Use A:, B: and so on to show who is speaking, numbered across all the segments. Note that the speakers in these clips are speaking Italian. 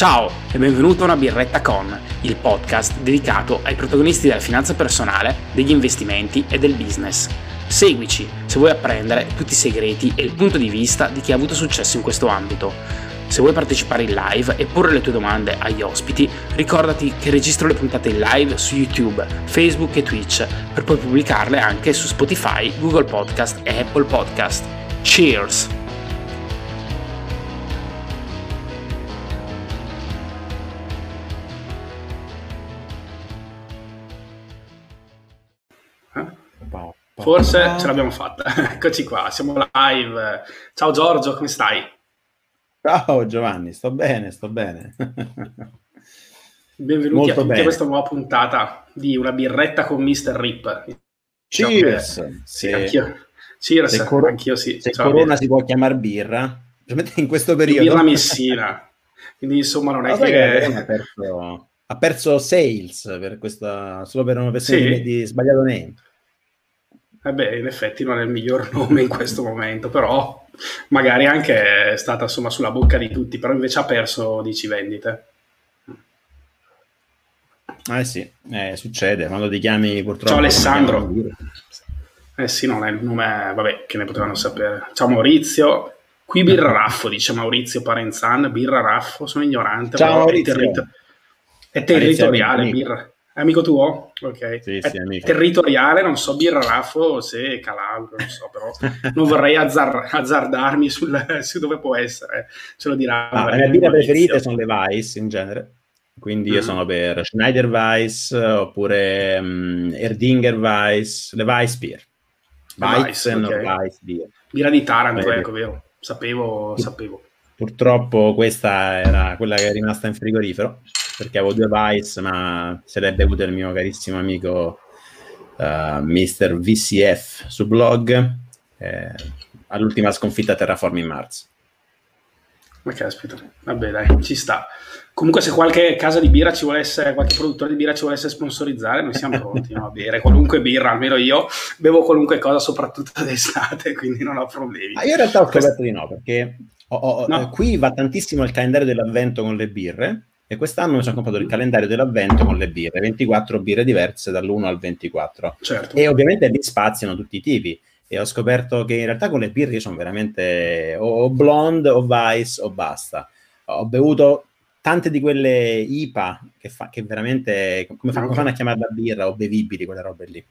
A: Ciao e benvenuto a Una birretta con, il podcast dedicato ai protagonisti della finanza personale, degli investimenti e del business. Seguici se vuoi apprendere tutti i segreti e il punto di vista di chi ha avuto successo in questo ambito. Se vuoi partecipare in live e porre le tue domande agli ospiti, ricordati che registro le puntate in live su YouTube, Facebook e Twitch, per poi pubblicarle anche su Spotify, Google Podcast e Apple Podcast. Cheers!
B: Forse ce l'abbiamo fatta. Eccoci qua, siamo live. Ciao Giorgio, come stai?
C: Ciao Giovanni, sto bene.
B: Benvenuti a tutti a questa nuova puntata di Una birretta con Mr. Rip.
C: Cheers!
B: Sì, anch'io. Cheers, anch'io sì.
C: Se Corona si può chiamare birra, in questo periodo.
B: Birra messina. Quindi insomma non è che...
C: Ha perso sales per questa, solo per una questione di sbagliato name.
B: In effetti non è il miglior nome in questo momento, però magari anche è stata insomma sulla bocca di tutti, però invece ha perso 10 vendite.
C: Sì, succede, quando ti chiami purtroppo...
B: Ciao Alessandro. Sì, non è il nome, che ne potevano sapere. Ciao Maurizio, qui Birra Raffo, dice Maurizio Parenzan, Birra Raffo, sono ignorante.
C: Ciao Maurizio.
B: È territoriale, Birra. È amico tuo? Ok.
C: Sì, amico.
B: Territoriale, non so, Birra Raffo, se Calabria, non so, però non vorrei azzardarmi su dove può essere. Ce lo dirà.
C: Le mie birre preferite sono le Weiss in genere, quindi io sono per Schneider Weiss oppure Erdinger Weiss, le Weiss Beer. Weizen o Weiss Beer.
B: Birra di Taranto, ecco, vero. Sapevo.
C: Purtroppo questa era quella che è rimasta in frigorifero, perché avevo 2 Weiss, ma se l'è bevuto il mio carissimo amico Mr. VCF su blog all'ultima sconfitta Terraforming Mars.
B: Ma caspita, vabbè dai, ci sta. Comunque se qualche casa di birra ci volesse, qualche produttore di birra ci volesse sponsorizzare, noi siamo pronti a bere qualunque birra, almeno io bevo qualunque cosa, soprattutto d'estate, quindi non ho problemi.
C: Io in realtà ho scoperto di no, perché qui va tantissimo il calendario dell'avvento con le birre, e quest'anno mi sono comprato il calendario dell'avvento con le birre, 24 birre diverse dall'1 al 24.
B: Certo.
C: E ovviamente lì spaziano tutti i tipi, e ho scoperto che in realtà con le birre sono veramente o blonde o Weiss o basta. Ho bevuto tante di quelle IPA che veramente come fanno a chiamarla birra o bevibili, quelle robe lì.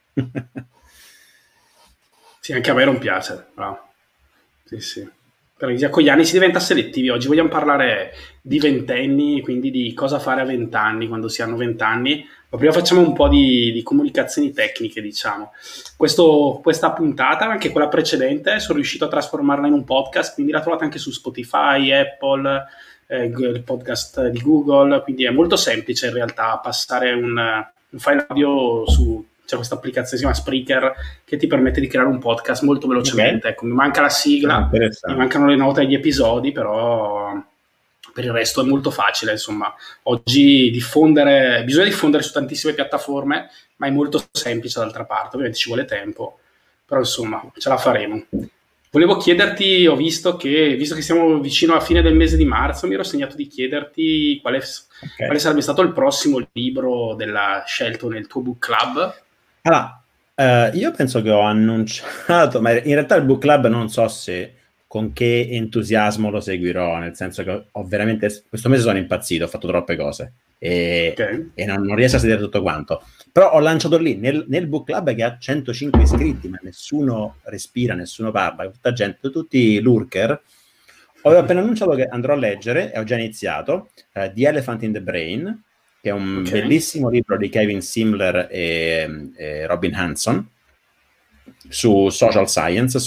B: Sì, anche a me non piace. No. Sì. Perché con gli anni si diventa selettivi. Oggi vogliamo parlare di ventenni, quindi di cosa fare a 20 anni quando si hanno 20 anni. Ma prima facciamo un po' di comunicazioni tecniche, diciamo. Questa puntata, anche quella precedente, sono riuscito a trasformarla in un podcast, quindi la trovate anche su Spotify, Apple, il podcast di Google, quindi è molto semplice in realtà passare un file audio su... C'è questa applicazione, si chiama Spreaker, che ti permette di creare un podcast molto velocemente.
C: Okay.
B: Ecco, mi manca la sigla, mi mancano le note degli episodi, però per il resto è molto facile. Insomma, oggi bisogna diffondere su tantissime piattaforme, ma è molto semplice d'altra parte. Ovviamente ci vuole tempo, però insomma ce la faremo. Volevo chiederti, ho visto che siamo vicino alla fine del mese di marzo, mi ero segnato di chiederti quale sarebbe stato il prossimo libro scelto nel tuo book club.
C: Allora, io penso che ho annunciato, ma in realtà il book club non so se con che entusiasmo lo seguirò, nel senso che ho veramente, questo mese sono impazzito, ho fatto troppe cose e non riesco a sedere tutto quanto, però ho lanciato lì nel book club che ha 105 iscritti, ma nessuno respira, nessuno parla, tutta gente, tutti lurker. Avevo appena annunciato che andrò a leggere, e ho già iniziato, The Elephant in the Brain, che è un bellissimo libro di Kevin Simler e Robin Hanson su social science,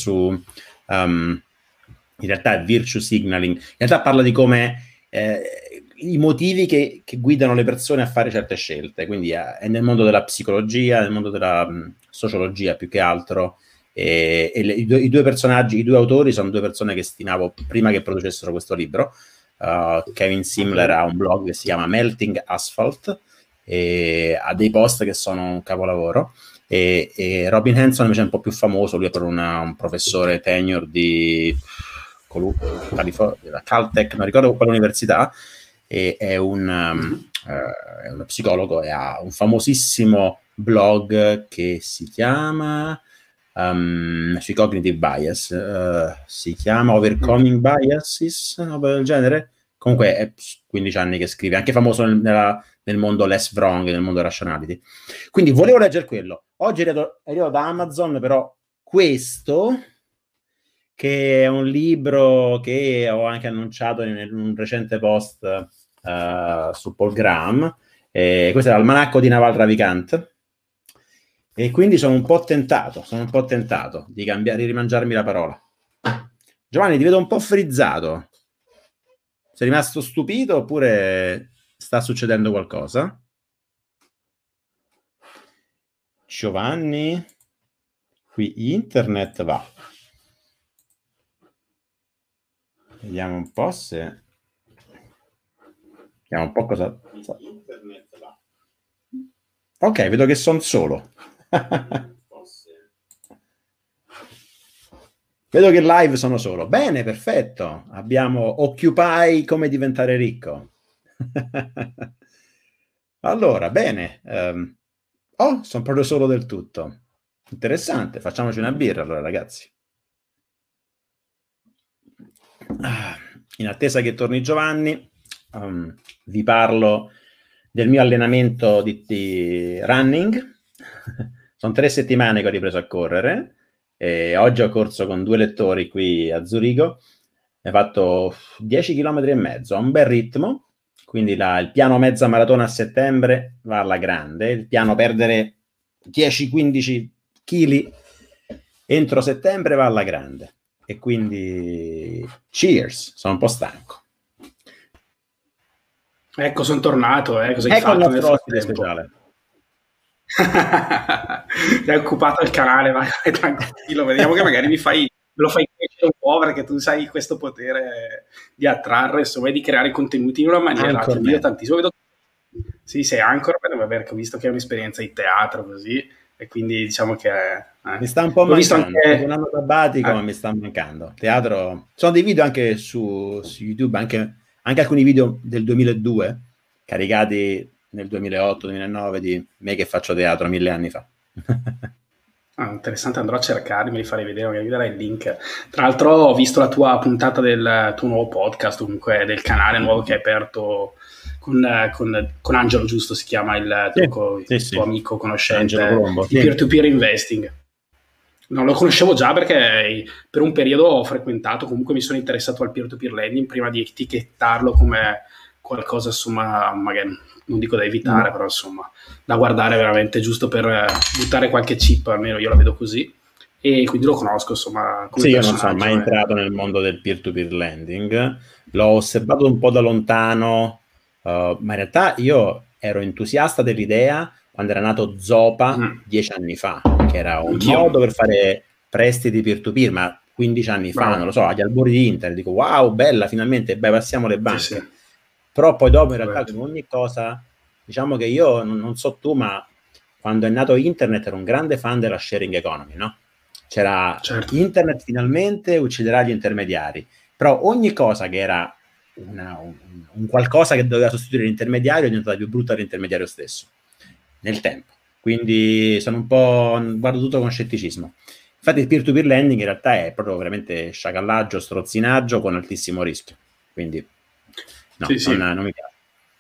C: in realtà è virtue signaling. In realtà parla di come i motivi che guidano le persone a fare certe scelte, quindi è nel mondo della psicologia, nel mondo della sociologia più che altro, e i due personaggi, i 2 autori sono 2 persone che stimavo prima che producessero questo libro. Kevin Simler ha un blog che si chiama Melting Asphalt e ha dei post che sono un capolavoro, e Robin Hanson invece è un po' più famoso, lui è per un professore tenure di Caltech, non ricordo quale università, e è uno psicologo e ha un famosissimo blog che si chiama sui cognitive bias, si chiama Overcoming Biases, una roba del genere. Comunque è 15 anni che scrive, anche famoso nel mondo less wrong, nel mondo rationality. Quindi volevo leggere quello. Oggi è arrivato da Amazon, però questo, che è un libro che ho anche annunciato in un recente post su Paul Graham, questo è l'almanacco di Naval Ravikant, e quindi sono un po' tentato di cambiare, di rimangiarmi la parola. Giovanni, ti vedo un po' frizzato. Sei rimasto stupito oppure sta succedendo qualcosa? Giovanni? Qui internet va. Vediamo un po' se... Vediamo un po' cosa... Internet va. Ok, vedo che sono solo. Vedo che live sono solo. Bene, perfetto. Abbiamo Occupy come diventare ricco. Allora, bene. Sono proprio solo del tutto. Interessante. Facciamoci una birra allora, ragazzi. In attesa che torni Giovanni, vi parlo del mio allenamento di running. Sono 3 settimane che ho ripreso a correre. Oggi ho corso con 2 lettori qui a Zurigo, ho fatto 10 km e mezzo, a un bel ritmo, quindi il piano mezza maratona a settembre va alla grande, il piano perdere 10-15 kg entro settembre va alla grande, e quindi cheers, sono un po' stanco.
B: Ecco, sono tornato, cosa hai
C: ecco
B: fatto
C: il
B: nel
C: nostro ospite
B: frattempo?
C: speciale.
B: Ti hai occupato il canale, vai tranquillo, vediamo che magari me lo fai crescere un po', perché tu sai questo potere di attrarre, insomma, e di creare contenuti in una maniera che io tantissimo. Sì, sei Anchorman, perché ho visto che hai un'esperienza di teatro così, e quindi diciamo che
C: mi sta un po' mancando, anche... un anno sabbatico, ma mi sta mancando. Teatro, sono dei video anche su YouTube, anche alcuni video del 2002 caricati nel 2008-2009 di me che faccio teatro 1000 anni fa.
B: Interessante, andrò a cercarli, me li farei vedere, magari mi darai il link. Tra l'altro ho visto la tua puntata del tuo nuovo podcast, comunque del canale nuovo che hai aperto con Angelo, giusto si chiama il tuo amico conoscente,
C: Colombo,
B: di peer-to-peer investing. Non lo conoscevo già perché per un periodo ho frequentato, comunque mi sono interessato al peer-to-peer lending prima di etichettarlo come qualcosa, insomma, magari non dico da evitare, però insomma da guardare veramente, giusto per buttare qualche chip, almeno io la vedo così, e quindi lo conosco, insomma, come
C: sì, io non sono mai entrato nel mondo del peer-to-peer lending, l'ho osservato un po' da lontano, ma in realtà io ero entusiasta dell'idea quando era nato Zopa 10 anni fa, che era un modo per fare prestiti peer-to-peer, ma 15 anni fa, non lo so, agli albori di internet, dico wow, bella, finalmente, passiamo le banche. Sì. Però poi dopo in realtà come ogni cosa, diciamo che io non so tu, ma quando è nato internet ero un grande fan della sharing economy, no? C'era internet finalmente ucciderà gli intermediari, però ogni cosa che era un qualcosa che doveva sostituire l'intermediario è diventata più brutta dell'intermediario stesso nel tempo, quindi sono un po', guardo tutto con scetticismo. Infatti il peer-to-peer lending in realtà è proprio veramente sciacallaggio, strozzinaggio con altissimo rischio, quindi no, sì. Non mi piace.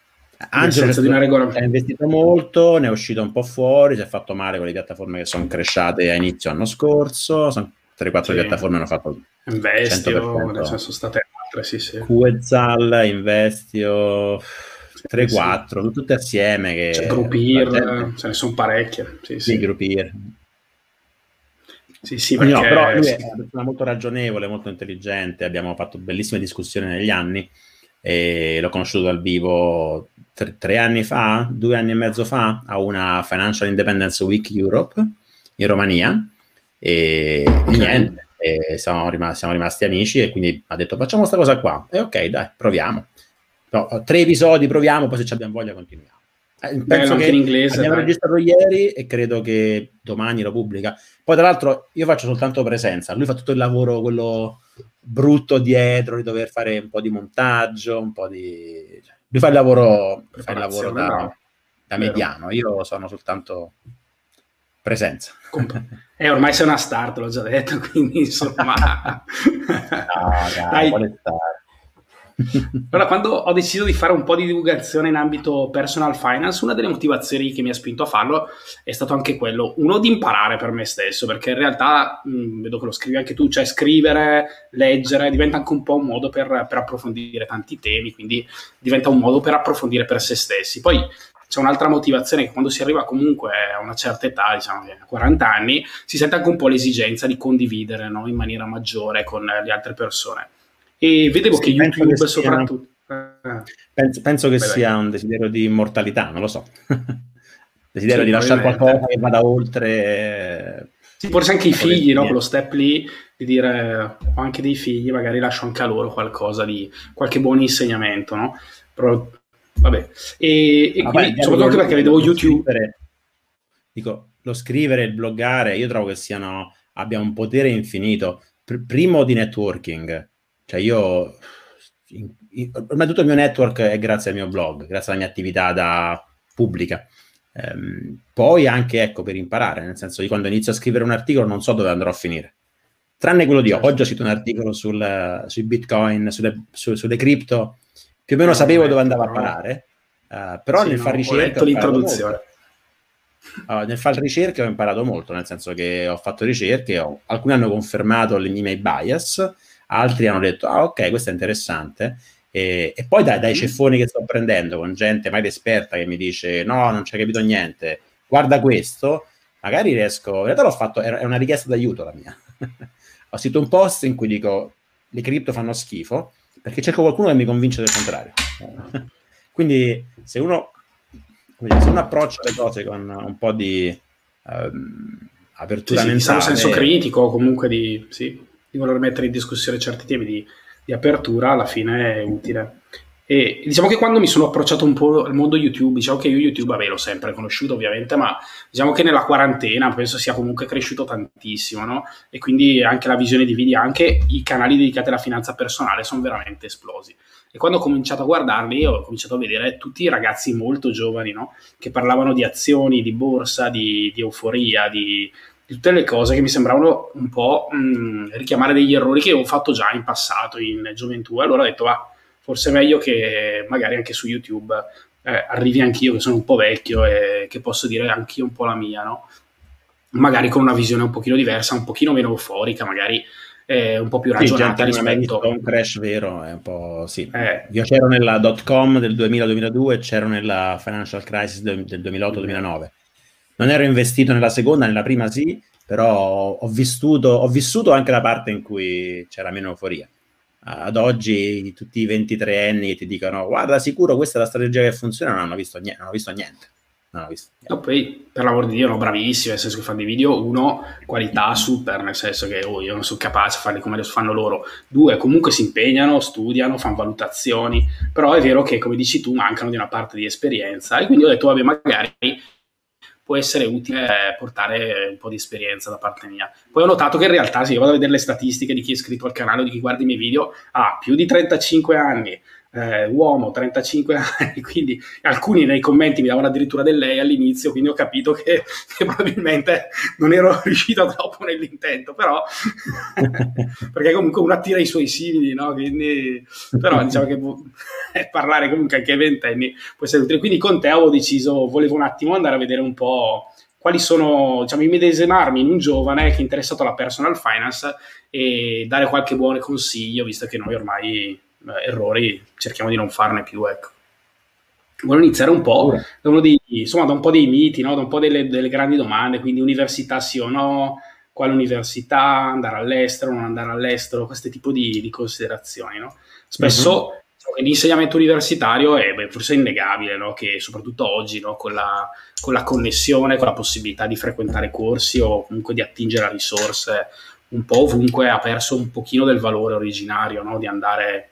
C: Angelo ha investito molto, ne è uscito un po' fuori, si è fatto male con le piattaforme che sono cresciute a inizio anno scorso, sono 3-4 piattaforme hanno fatto
B: Investio, adesso sono state altre, sì.
C: Quetzal, Investio, 3-4, tutte assieme. Che
B: c'è Groupier, ce ne sono parecchie. Sì.
C: Groupier.
B: Sì, perché...
C: no, però lui è una persona molto ragionevole, molto intelligente, abbiamo fatto bellissime discussioni negli anni e l'ho conosciuto dal vivo 3 anni fa, 2 anni e mezzo fa, a una Financial Independence Week Europe in Romania e niente, siamo rimasti amici e quindi ha detto facciamo questa cosa qua e ok, dai, proviamo. 3 episodi, proviamo, poi se ci abbiamo voglia continuiamo. Penso
B: anche
C: che
B: in inglese,
C: abbiamo registrato ieri e credo che domani lo pubblica. Poi tra l'altro io faccio soltanto presenza, lui fa tutto il lavoro, quello brutto dietro, di dover fare un po' di montaggio, un po' di... Lui fa il lavoro
B: preparazione, bravo.
C: da
B: Vero.
C: mediano, io sono soltanto presenza.
B: Ormai sei una star, te l'ho già detto, quindi insomma...
C: Dai. Vuole stare.
B: Allora, quando ho deciso di fare un po' di divulgazione in ambito personal finance, una delle motivazioni che mi ha spinto a farlo è stato anche quello, uno, di imparare per me stesso, perché in realtà vedo che lo scrivi anche tu, cioè scrivere, leggere, diventa anche un po' un modo per approfondire tanti temi, quindi diventa un modo per approfondire per se stessi. Poi c'è un'altra motivazione, che quando si arriva comunque a una certa età, diciamo a 40 anni, si sente anche un po' l'esigenza di condividere, no, in maniera maggiore con le altre persone. E vedevo che YouTube soprattutto...
C: Penso che sia un desiderio di immortalità, non lo so. Desiderio di lasciare qualcosa che vada oltre...
B: Sì, forse anche i figli, no? Quello step lì, di dire, ho anche dei figli, magari lascio anche a loro qualcosa di... qualche buon insegnamento, no? Però, vabbè. E quindi, soprattutto anche perché vedevo YouTube...
C: Dico, lo scrivere, il bloggare, io trovo che abbia un potere infinito. Primo di networking. Cioè io, ormai tutto il mio network è grazie al mio blog, grazie alla mia attività da pubblica. Poi anche, ecco, per imparare, nel senso di quando inizio a scrivere un articolo non so dove andrò a finire. Tranne quello di oggi ho scritto un articolo sui Bitcoin, sulle cripto, più o meno sapevo dove andava a parare, però nel far ricerca nel fare ricerche ho imparato molto, nel senso che ho fatto ricerche, alcuni hanno confermato i miei bias, altri hanno detto, ok, questo è interessante, e poi dai ceffoni che sto prendendo con gente mai esperta che mi dice, no, non ci hai capito niente, guarda questo, magari riesco, in realtà l'ho fatto, è una richiesta d'aiuto la mia. Ho scritto un post in cui dico, le cripto fanno schifo, perché cerco qualcuno che mi convince del contrario. Quindi se uno approccia le cose con un po' di apertura mentale,
B: senso critico, comunque di voler mettere in discussione certi temi di apertura, alla fine è utile. E diciamo che quando mi sono approcciato un po' al mondo YouTube, diciamo che io YouTube l'ho sempre conosciuto ovviamente, ma diciamo che nella quarantena penso sia comunque cresciuto tantissimo, no? E quindi anche la visione di video, anche i canali dedicati alla finanza personale sono veramente esplosi. E quando ho cominciato a guardarli, ho cominciato a vedere tutti i ragazzi molto giovani, no? Che parlavano di azioni, di borsa, di euforia, di tutte le cose che mi sembravano un po' richiamare degli errori che ho fatto già in passato, in gioventù. Allora ho detto, forse è meglio che magari anche su YouTube arrivi anch'io, che sono un po' vecchio e che posso dire anch'io un po' la mia, no? Magari con una visione un pochino diversa, un pochino meno euforica, magari un po' più ragionata rispetto...
C: un crash vero, è un po'... Sì. Io c'ero nella .com del 2000-2002, c'ero nella financial crisis del 2008-2009. Non ero investito nella seconda, nella prima sì, però ho vissuto anche la parte in cui c'era meno euforia. Ad oggi tutti i 23enni che ti dicono guarda, sicuro questa è la strategia che funziona, non hanno visto niente.
B: No, poi per l'amor di Dio, no, bravissimo, nel senso che fanno dei video, uno, qualità super, nel senso che io non sono capace di farli come lo fanno loro, due, comunque si impegnano, studiano, fanno valutazioni, però è vero che, come dici tu, mancano di una parte di esperienza, e quindi ho detto, vabbè, magari può essere utile portare un po' di esperienza da parte mia. Poi ho notato che in realtà, se io vado a vedere le statistiche di chi è iscritto al canale o di chi guarda i miei video, ha più di 35 anni, uomo, 35 anni, quindi alcuni nei commenti mi davano addirittura del lei all'inizio, quindi ho capito che probabilmente non ero riuscito troppo nell'intento, però perché comunque uno attira i suoi simili, no? Quindi, però diciamo che parlare comunque anche ai ventenni può essere utile. Quindi con te volevo un attimo andare a vedere un po' quali sono, diciamo, immedesimarmi in un giovane che è interessato alla personal finance e dare qualche buon consiglio, visto che noi ormai errori cerchiamo di non farne più, ecco. Voglio iniziare un po' da un po' dei miti, no? Da un po' delle grandi domande, quindi università sì o no, quale università, andare all'estero, non andare all'estero, questo tipo di considerazioni, no? Spesso l'insegnamento universitario forse è innegabile, no? Che soprattutto oggi, no? Con la connessione, con la possibilità di frequentare corsi o comunque di attingere a risorse un po' ovunque, ha perso un pochino del valore originario, no? Di andare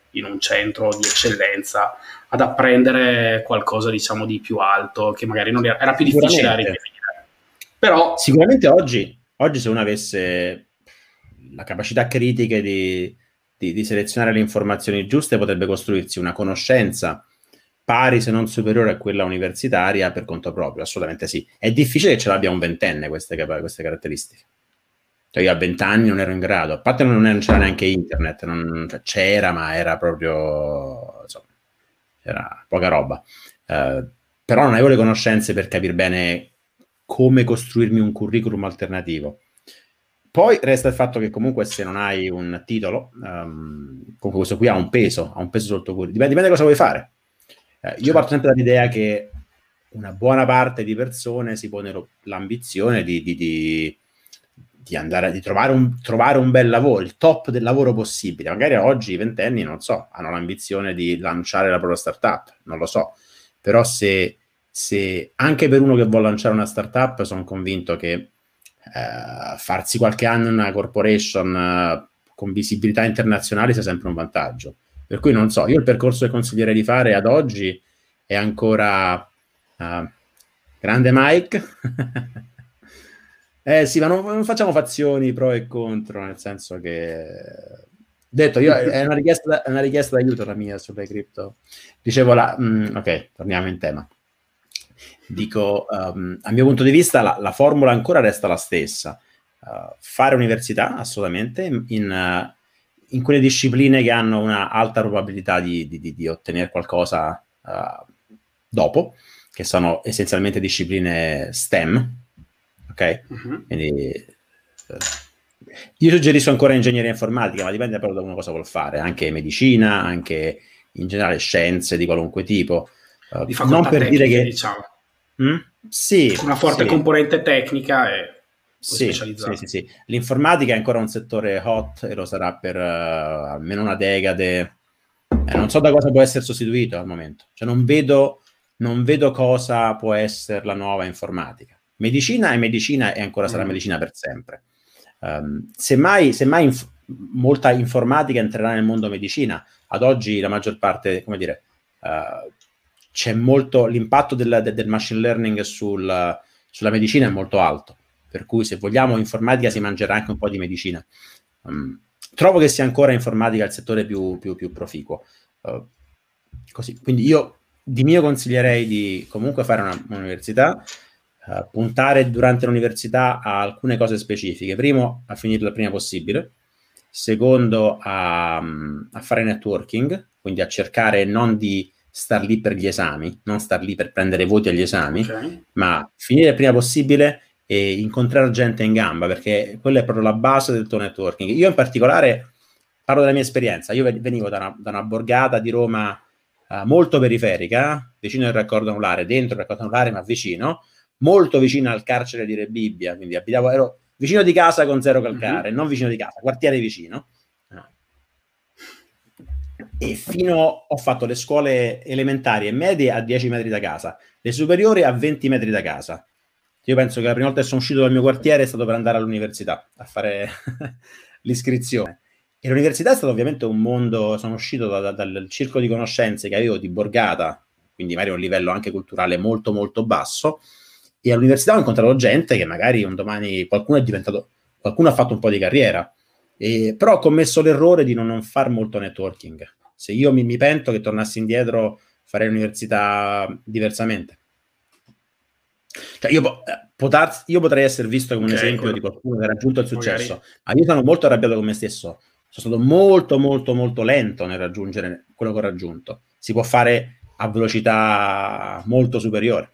B: in un centro di eccellenza ad apprendere qualcosa, diciamo, di più alto, che magari non era più difficile da ridefinire. Però
C: sicuramente oggi se uno avesse la capacità critica di selezionare le informazioni giuste, potrebbe costruirsi una conoscenza pari se non superiore a quella universitaria per conto proprio, assolutamente sì. È difficile che ce l'abbia un ventenne queste caratteristiche. Cioè io a 20 anni non ero in grado, a parte non c'era neanche internet, cioè c'era, ma era proprio, insomma, era poca roba. Però non avevo le conoscenze per capire bene come costruirmi un curriculum alternativo. Poi resta il fatto che comunque se non hai un titolo, comunque questo qui ha un peso sotto cui dipende da cosa vuoi fare. Io parto sempre dall'idea che una buona parte di persone si pone l'ambizione di andare, di trovare un bel lavoro, il top del lavoro possibile. Magari oggi i ventenni, non so, hanno l'ambizione di lanciare la propria startup, non lo so. Però se anche per uno che vuole lanciare una startup, sono convinto che farsi qualche anno in una corporation con visibilità internazionale sia sempre un vantaggio. Per cui non so, io il percorso che consiglierei di fare ad oggi è ancora grande Mike. Sì, ma non facciamo fazioni pro e contro, nel senso che detto, io è una richiesta d'aiuto la mia sulle cripto. Dicevo ok, torniamo in tema. Dico, a mio punto di vista la formula ancora resta la stessa. Fare università, assolutamente, in quelle discipline che hanno una alta probabilità di ottenere qualcosa dopo, che sono essenzialmente discipline STEM, ok? Quindi io suggerisco ancora ingegneria informatica, ma dipende proprio da uno cosa vuol fare, anche medicina, anche in generale scienze di qualunque tipo.
B: Di facoltà
C: non per
B: tecniche,
C: dire che
B: diciamo.
C: Sì,
B: una forte componente tecnica e specializzata.
C: Sì. L'informatica è ancora un settore hot e lo sarà per almeno una decade. Non so da cosa può essere sostituito al momento. Cioè non vedo cosa può essere la nuova informatica. Medicina è medicina e ancora sarà medicina per sempre. Semmai molta informatica entrerà nel mondo medicina. Ad oggi la maggior parte, come dire, c'è molto l'impatto del machine learning sulla medicina è molto alto, per cui se vogliamo informatica si mangerà anche un po' di medicina. Trovo che sia ancora informatica il settore più proficuo. Così, quindi io di mio consiglierei di comunque fare un'università, puntare durante l'università a alcune cose specifiche. Primo, a finirla il prima possibile. Secondo, a fare networking, quindi a cercare non di star lì per gli esami, non star lì per prendere voti agli esami, ma finire il prima possibile e incontrare gente in gamba, perché quella è proprio la base del tuo networking. Io in particolare parlo della mia esperienza. Io venivo da una borgata di Roma molto periferica, vicino al raccordo anulare, dentro il raccordo anulare, ma vicino, molto vicino al carcere di Rebibbia, quindi ero vicino di casa con zero calcare, non vicino di casa, quartiere vicino. E ho fatto le scuole elementari e medie a 10 metri da casa, le superiori a 20 metri da casa. Io penso che la prima volta che sono uscito dal mio quartiere è stato per andare all'università a fare l'iscrizione. E l'università è stato ovviamente un mondo, sono uscito dal circolo di conoscenze che avevo di borgata, quindi magari un livello anche culturale molto molto basso, e all'università ho incontrato gente che magari un domani qualcuno ha fatto un po' di carriera, però ho commesso l'errore di non far molto networking. Se io mi pento che tornassi indietro farei l'università diversamente. Cioè io potrei essere visto come un esempio di qualcuno che ha raggiunto il successo, ma io sono molto arrabbiato con me stesso. Sono stato molto molto molto lento nel raggiungere quello che ho raggiunto. Si può fare a velocità molto superiore.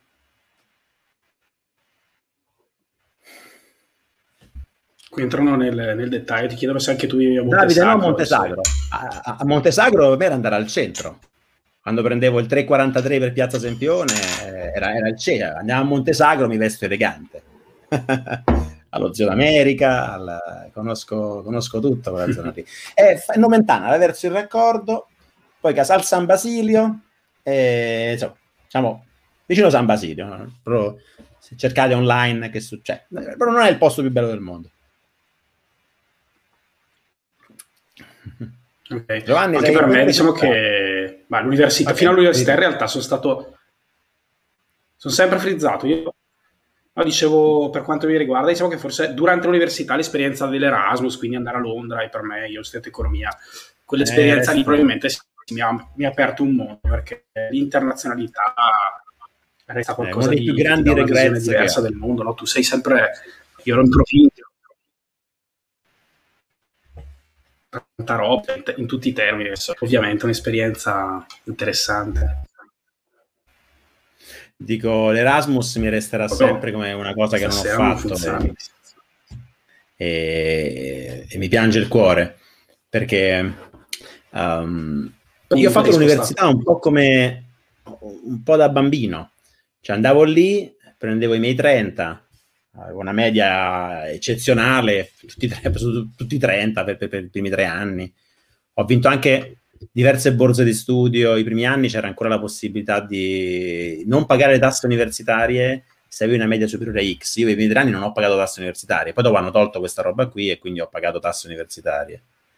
B: Qui entrano nel dettaglio, ti chiedono se anche tu vivi a
C: Montesagro. Davide, no, Montesagro. A Montesagro per me era andare al centro. Quando prendevo il 3,43 per Piazza Sempione era il cielo. Andiamo a Montesagro, mi vesto elegante. Allo Zio d'America, conosco tutto quella zona lì. È Nomentana, verso il raccordo, poi Casal San Basilio, insomma, diciamo, vicino San Basilio. Però, se cercate online che succede, però non è il posto più bello del mondo.
B: Okay.
C: Giovanni,
B: Anche per me, diciamo che l'università, okay, fino all'università in realtà sono sempre frizzato. Io dicevo, per quanto mi riguarda, diciamo che forse durante l'università l'esperienza dell'Erasmus, quindi andare a Londra, e per me, io ho studiato economia, quell'esperienza lì probabilmente mi ha aperto un mondo, perché l'internazionalità resta qualcosa
C: uno dei più grandi
B: una visione diversa del mondo, no? Tu sei sempre, io ero in provincia, tanta roba in tutti i termini, ovviamente un'esperienza interessante.
C: Dico, l'Erasmus mi resterà sempre come una cosa che non ho fatto e mi piange il cuore, perché io ho fatto l'università un po' da bambino, cioè andavo lì, prendevo i miei 30, avevo una media eccezionale, tutti 30 per i primi 3 anni. Ho vinto anche diverse borse di studio. I primi anni c'era ancora la possibilità di non pagare le tasse universitarie se avevi una media superiore a X. Io i primi 3 anni non ho pagato tasse universitarie, poi dopo hanno tolto questa roba qui e quindi ho pagato tasse universitarie.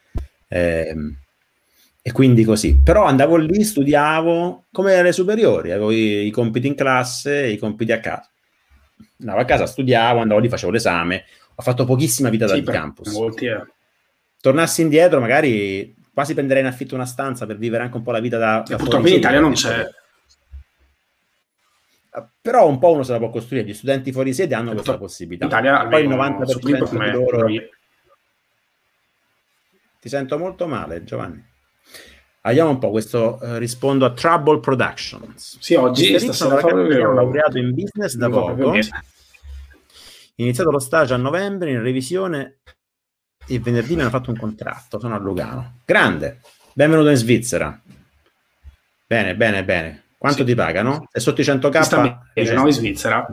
C: E quindi così. Però andavo lì, studiavo come alle superiori, avevo i compiti in classe, i compiti a casa. Andavo a casa, studiavo, andavo lì, facevo l'esame. Ho fatto pochissima vita da campus. Tornassi indietro, magari quasi prenderei in affitto una stanza per vivere anche un po' la vita da
B: purtroppo in Italia non c'è.
C: Però un po' uno se la può costruire. Gli studenti fuori sede hanno questa possibilità.
B: In Italia
C: poi il 90% di loro...
B: Ti
C: sento molto male, Giovanni. Vediamo un po', questo rispondo a Trouble Productions.
B: Sì, oggi
C: sono laureato in business da poco. Iniziato lo stage a novembre in revisione e venerdì mi hanno fatto un contratto. Sono a Lugano. Grande, benvenuto in Svizzera. Bene. Quanto ti pagano? È sotto i 100.000?
B: No, in Svizzera.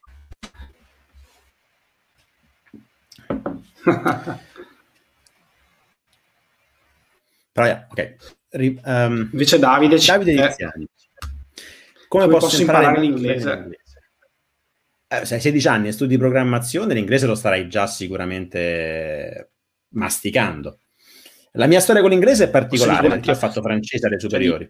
C: Però, ok.
B: Invece Davide
C: Iniziani. Come posso imparare l'inglese? Se hai 16 anni e studi programmazione, l'inglese lo starai già sicuramente masticando. La mia storia con l'inglese è particolare, perché io ho fatto francese alle superiori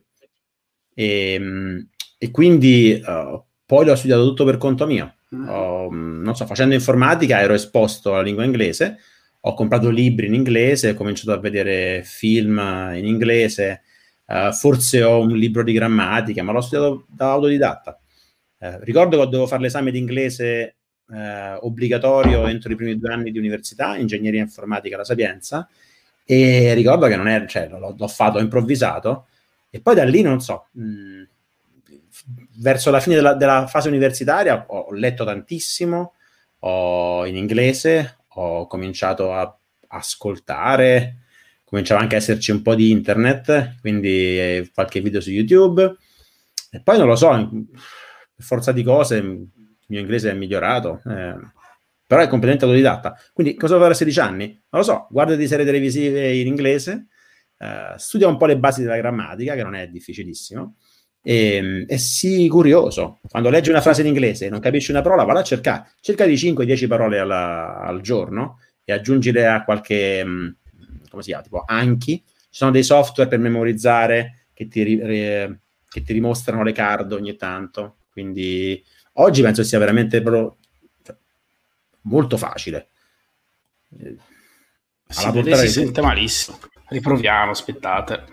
C: e quindi poi l'ho studiato tutto per conto mio. Non so, facendo informatica ero esposto alla lingua inglese, ho comprato libri in inglese, ho cominciato a vedere film in inglese, forse ho un libro di grammatica, ma l'ho studiato da autodidatta. Ricordo che dovevo fare l'esame di inglese obbligatorio entro i primi 2 anni di università, ingegneria informatica alla Sapienza, e ricordo che non era, cioè, l'ho fatto, ho improvvisato, e poi da lì non so, verso la fine della fase universitaria ho letto tantissimo in inglese, ho cominciato a ascoltare, cominciava anche a esserci un po' di internet, quindi qualche video su YouTube, e poi non lo so, per forza di cose il mio inglese è migliorato, però è completamente autodidatta. Quindi cosa devo fare a 16 anni? Non lo so, guarda di serie televisive in inglese, studia un po' le basi della grammatica, che non è difficilissimo, e sii curioso. Quando leggi una frase in inglese e non capisci una parola, valla a cercare, cerca di 5-10 parole al giorno e aggiungile a qualche, come si chiama, tipo Anki. Ci sono dei software per memorizzare che ti rimostrano le card ogni tanto, quindi oggi penso sia veramente molto facile.
B: Si sente malissimo. Riproviamo, aspettate.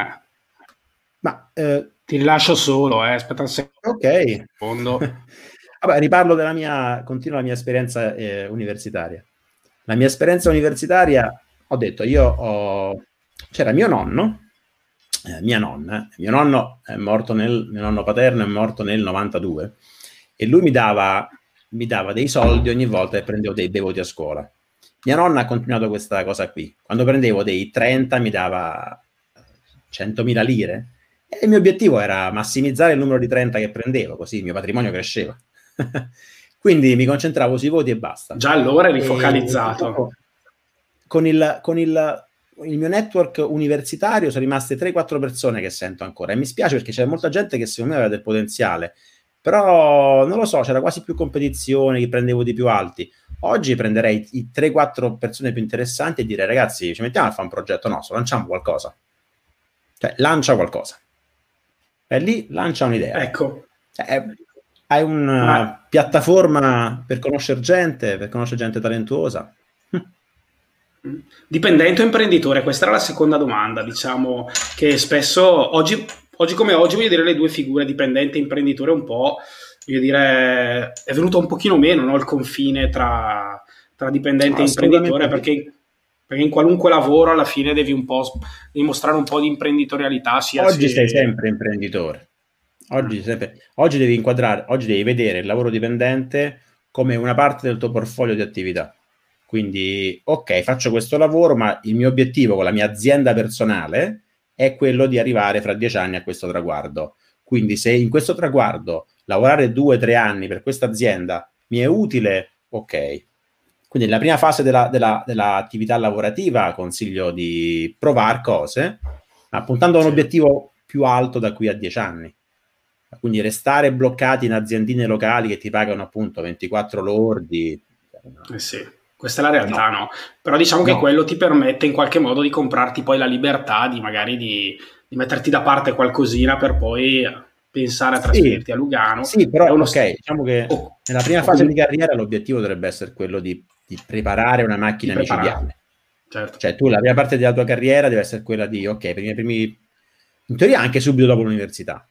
C: Ma
B: ti rilascio solo, aspetta un secondo.
C: Vabbè, continuo la mia esperienza universitaria. La mia esperienza universitaria, ho detto, c'era mio nonno, mio nonno è morto mio nonno paterno è morto nel 92, e lui mi dava dei soldi ogni volta che prendevo dei devoti a scuola. Mia nonna ha continuato questa cosa qui. Quando prendevo dei 30 mi dava 100.000 lire, e il mio obiettivo era massimizzare il numero di 30 che prendevo, così il mio patrimonio cresceva. Quindi mi concentravo sui voti e basta.
B: Già allora eri focalizzato.
C: Con il mio network universitario sono rimaste 3-4 persone che sento ancora, e mi spiace perché c'è molta gente che secondo me aveva del potenziale, però non lo so, c'era quasi più competizione, che prendevo di più alti. Oggi prenderei i 3-4 persone più interessanti e direi, ragazzi, ci mettiamo a fare un progetto nostro, lanciamo qualcosa. Cioè, lancia qualcosa. E lì lancia un'idea.
B: Ecco.
C: Hai una piattaforma per conoscere gente talentuosa.
B: Dipendente o imprenditore? Questa era la seconda domanda. Diciamo che spesso, oggi come oggi, voglio dire, le due figure, dipendente e imprenditore, un po', voglio dire, è venuto un pochino meno, no, il confine tra dipendente e imprenditore, perché in qualunque lavoro alla fine devi mostrare un po' di imprenditorialità.
C: Oggi sei sempre imprenditore. Oggi devi vedere il lavoro dipendente come una parte del tuo portfolio di attività. Quindi, ok, faccio questo lavoro, ma il mio obiettivo con la mia azienda personale è quello di arrivare fra 10 anni a questo traguardo. Quindi, se in questo traguardo lavorare 2-3 anni per questa azienda mi è utile, ok. Quindi, nella prima fase dell'attività lavorativa consiglio di provare cose, ma puntando a un obiettivo più alto da qui a 10 anni. Quindi restare bloccati in aziendine locali che ti pagano appunto 24 lordi.
B: Sì. Questa è la realtà, no? Però diciamo che quello ti permette in qualche modo di comprarti poi la libertà di magari di metterti da parte qualcosina per poi pensare a trasferirti a Lugano.
C: Sì, però diciamo che nella prima fase di carriera l'obiettivo dovrebbe essere quello di preparare una macchina micidiale.
B: Certo.
C: Cioè tu la prima parte della tua carriera deve essere quella di, ok, in teoria anche subito dopo l'università,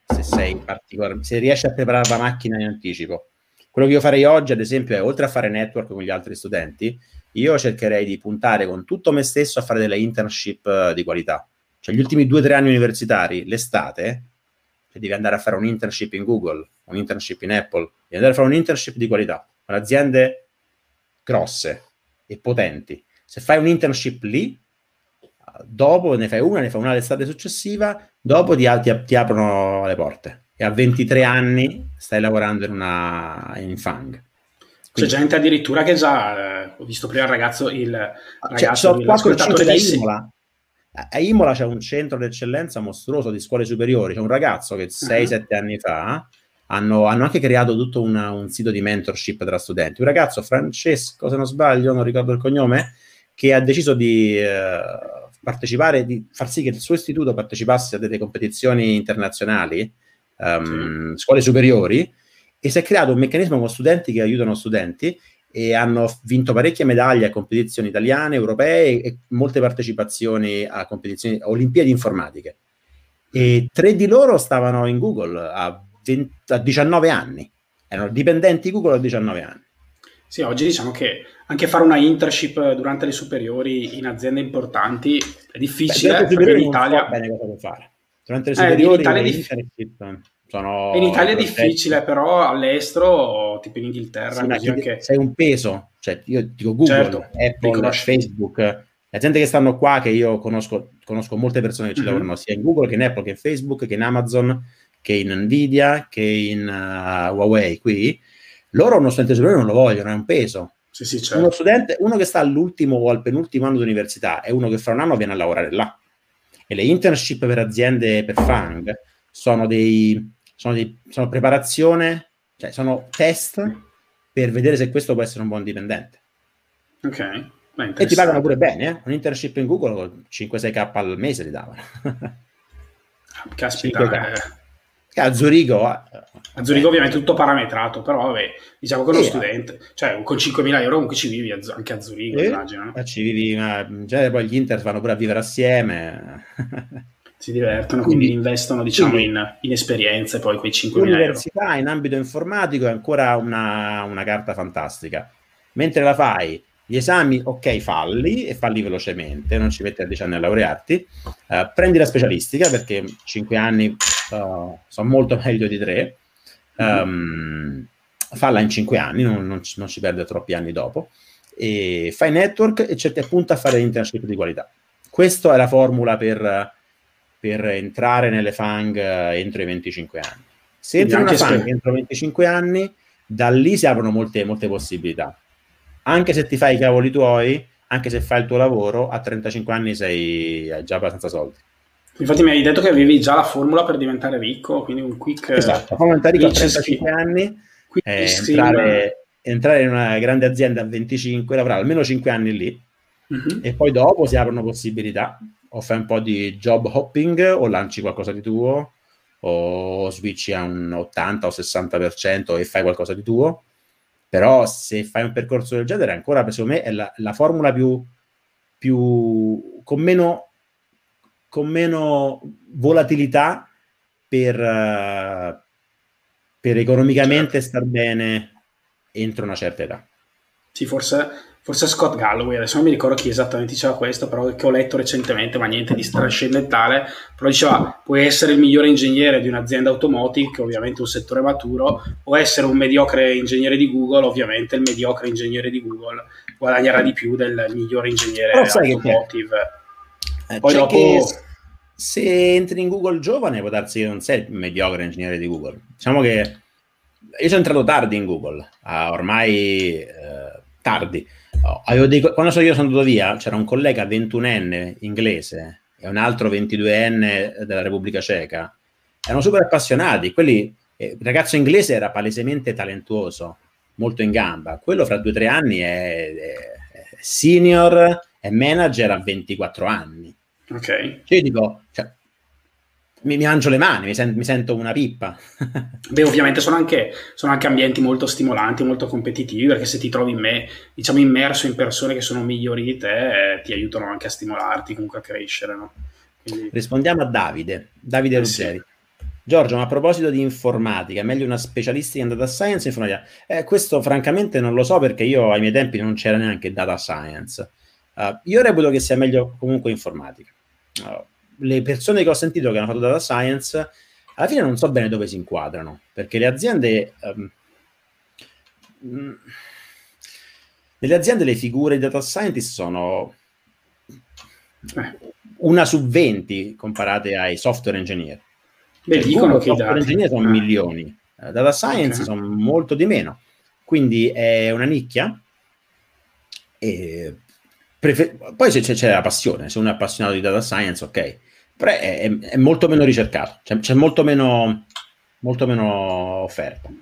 C: se riesci a preparare la macchina in anticipo. Quello che io farei oggi, ad esempio, è, oltre a fare network con gli altri studenti, io cercherei di puntare con tutto me stesso a fare delle internship di qualità. Cioè, gli ultimi 2-3 anni universitari, l'estate, cioè devi andare a fare un internship in Google, un internship in Apple, devi andare a fare un internship di qualità, con aziende grosse e potenti. Se fai un internship lì, dopo ne fai una l'estate successiva, dopo ti aprono le porte. E a 23 anni stai lavorando in FANG.
B: C'è gente addirittura che già, ho visto prima il ragazzo,
C: l'ascoltatore da Imola. A Imola c'è un centro d'eccellenza mostruoso di scuole superiori. C'è un ragazzo che 6-7 anni fa hanno anche creato tutto un sito di mentorship tra studenti. Un ragazzo, Francesco, se non sbaglio, non ricordo il cognome, che ha deciso di partecipare, di far sì che il suo istituto partecipasse a delle competizioni internazionali, scuole superiori, e si è creato un meccanismo con studenti che aiutano studenti, e hanno vinto parecchie medaglie a competizioni italiane, europee, e molte partecipazioni a competizioni, olimpiadi informatiche. E 3 di loro stavano in Google a 19 anni, erano dipendenti Google a 19 anni.
B: Sì, oggi diciamo che anche fare una internship durante le superiori in aziende importanti è difficile, perché in Italia
C: non so bene cosa può fare. Durante le superiori
B: in Italia è difficile, però all'estero, tipo in Inghilterra,
C: sei un peso. Cioè, io dico Google, certo, Apple, Facebook, la gente che stanno qua, che io conosco molte persone che ci lavorano sia in Google che in Apple, che in Facebook, che in Amazon, che in Nvidia, che in Huawei. Qui loro uno studente superiore non lo vogliono, è un peso.
B: Sì, certo.
C: Uno che sta all'ultimo o al penultimo anno di università è uno che fra un anno viene a lavorare là. E le internship per aziende per FANG sono preparazione, cioè sono test per vedere se questo può essere un buon dipendente.
B: Ok.
C: E ti pagano pure bene, Un internship in Google 5-6k al mese li davano.
B: Caspita.
C: A Zurigo
B: ovviamente tutto parametrato, però vabbè, diciamo che uno studente, cioè con 5.000 euro comunque ci vivi anche a Zurigo, immagino.
C: Ci vivi, ma in genere poi gli Inter vanno pure a vivere assieme.
B: Si divertono, quindi investono, diciamo, in esperienze, poi quei 5.000 euro.
C: L'università in ambito informatico è ancora una carta fantastica. Mentre la fai, gli esami, ok, falli velocemente, non ci metti a 10 anni a laurearti, prendi la specialistica, perché 5 anni sono molto meglio di 3, falla in 5 anni, non ci perde troppi anni dopo, e fai network e cerchi appunto a fare internship di qualità. Questa è la formula per entrare nelle FANG entro i 25 anni. Se entri in una FANG entro i 25 anni, da lì si aprono molte possibilità. Anche se ti fai i cavoli tuoi, anche se fai il tuo lavoro, a 35 anni hai già abbastanza soldi.
B: Infatti mi hai detto che avevi già la formula per diventare ricco, quindi un quick...
C: Esatto, diventare ricco a 35 anni, entrare in una grande azienda a 25, lavorare almeno 5 anni lì, e poi dopo si aprono possibilità, o fai un po' di job hopping, o lanci qualcosa di tuo, o switchi a un 80 o 60% e fai qualcosa di tuo. Però se fai un percorso del genere, ancora, secondo me, è la formula più con meno volatilità per economicamente star bene entro una certa età.
B: Sì, forse Scott Galloway, adesso non mi ricordo chi esattamente diceva questo, però che ho letto recentemente, ma niente di trascendentale, però diceva: puoi essere il migliore ingegnere di un'azienda automotive, che ovviamente è un settore maturo, o essere un mediocre ingegnere di Google. Ovviamente il mediocre ingegnere di Google guadagnerà di più del migliore ingegnere automotive.
C: Poi dopo, che se entri in Google giovane, può darsi che non sei il mediocre ingegnere di Google. Diciamo che io sono entrato tardi in Google, ormai tardi. Quando io sono andato via, c'era un collega 21enne inglese e un altro 22enne della Repubblica Ceca. Erano super appassionati. Il ragazzo inglese era palesemente talentuoso, molto in gamba. Quello fra 2 o 3 anni è senior e manager a 24 anni.
B: Ok.
C: Cioè, io dico, mi mangio le mani, mi sento una pippa.
B: Beh, ovviamente sono anche ambienti molto stimolanti, molto competitivi, perché se ti trovi immerso in persone che sono migliori di te, ti aiutano anche a stimolarti, comunque a crescere, no? Quindi...
C: Rispondiamo a Davide Ruggeri. Sì. Giorgio, ma a proposito di informatica, è meglio una specialistica in data science o informatica? Questo francamente non lo so, perché io ai miei tempi non c'era neanche data science. Io reputo che sia meglio comunque informatica. Le persone che ho sentito che hanno fatto data science, alla fine non so bene dove si inquadrano, perché le aziende, nelle aziende le figure di data scientist sono 1 su 20 comparate ai software engineer.
B: Beh, dicono che i
C: software engineer sono milioni, data science sono molto di meno, quindi è una nicchia. E poi se c'è la passione, se uno è appassionato di data science, ok, però è molto meno ricercato, c'è molto meno offerta.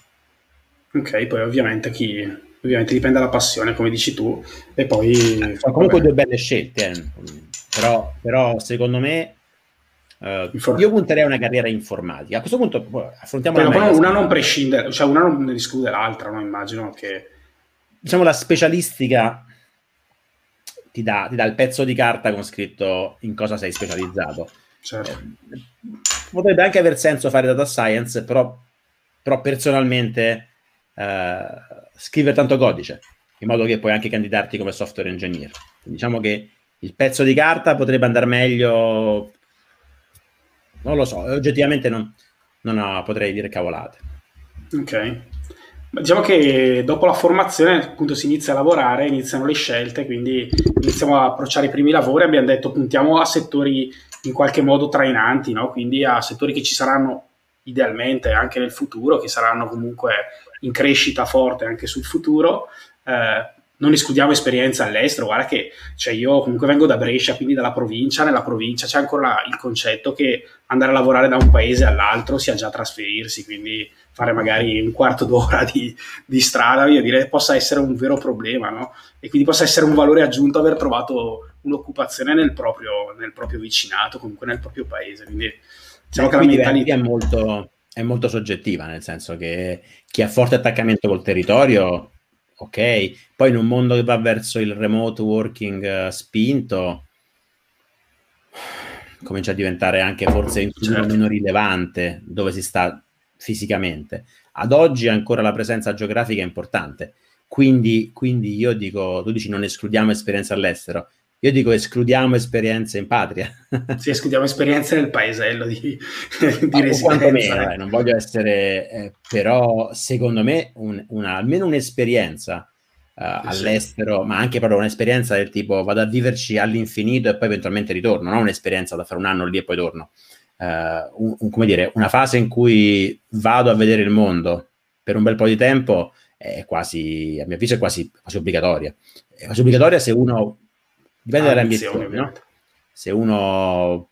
B: Ok, poi ovviamente dipende dalla passione, come dici tu, e poi
C: sono comunque 2 belle scelte, però secondo me io punterei a una carriera informatica. A questo punto affrontiamo
B: una non prescinde, cioè una non esclude l'altra, no? Immagino che,
C: diciamo, la specialistica ti dà il pezzo di carta con scritto in cosa sei specializzato.
B: Certo.
C: Potrebbe anche aver senso fare data science, però personalmente scrivere tanto codice, in modo che puoi anche candidarti come software engineer. Diciamo che il pezzo di carta potrebbe andare meglio, non lo so, oggettivamente non potrei dire cavolate.
B: Ok. Diciamo che dopo la formazione, appunto, si inizia a lavorare, iniziano le scelte, quindi iniziamo a approcciare i primi lavori. Abbiamo detto puntiamo a settori in qualche modo trainanti, no? Quindi a settori che ci saranno idealmente anche nel futuro, che saranno comunque in crescita forte anche sul futuro. Non escludiamo esperienze all'estero. Guarda che io comunque vengo da Brescia, quindi dalla provincia. Nella provincia c'è ancora il concetto che andare a lavorare da un paese all'altro sia già trasferirsi, quindi fare magari un quarto d'ora di strada, io direi, possa essere un vero problema, no? E quindi possa essere un valore aggiunto aver trovato un'occupazione nel proprio vicinato, comunque nel proprio paese. Quindi diciamo che la mentalità
C: è molto soggettiva, nel senso che chi ha forte attaccamento col territorio, ok, poi in un mondo che va verso il remote working spinto, comincia a diventare anche forse in futuro meno rilevante dove si sta fisicamente. Ad oggi ancora la presenza geografica è importante, quindi io dico, tu dici non escludiamo esperienze all'estero, io dico escludiamo esperienze in patria.
B: Sì, escludiamo esperienze nel paesello di residenza.
C: Non voglio essere, però secondo me almeno un'esperienza all'estero, ma anche proprio un'esperienza del tipo vado a viverci all'infinito e poi eventualmente ritorno, non un'esperienza da fare 1 anno lì e poi torno. Come dire, una fase in cui vado a vedere il mondo per un bel po' di tempo è quasi, a mio avviso, è quasi obbligatoria. È quasi obbligatoria se uno, dipende dalle ambizioni, no? Se uno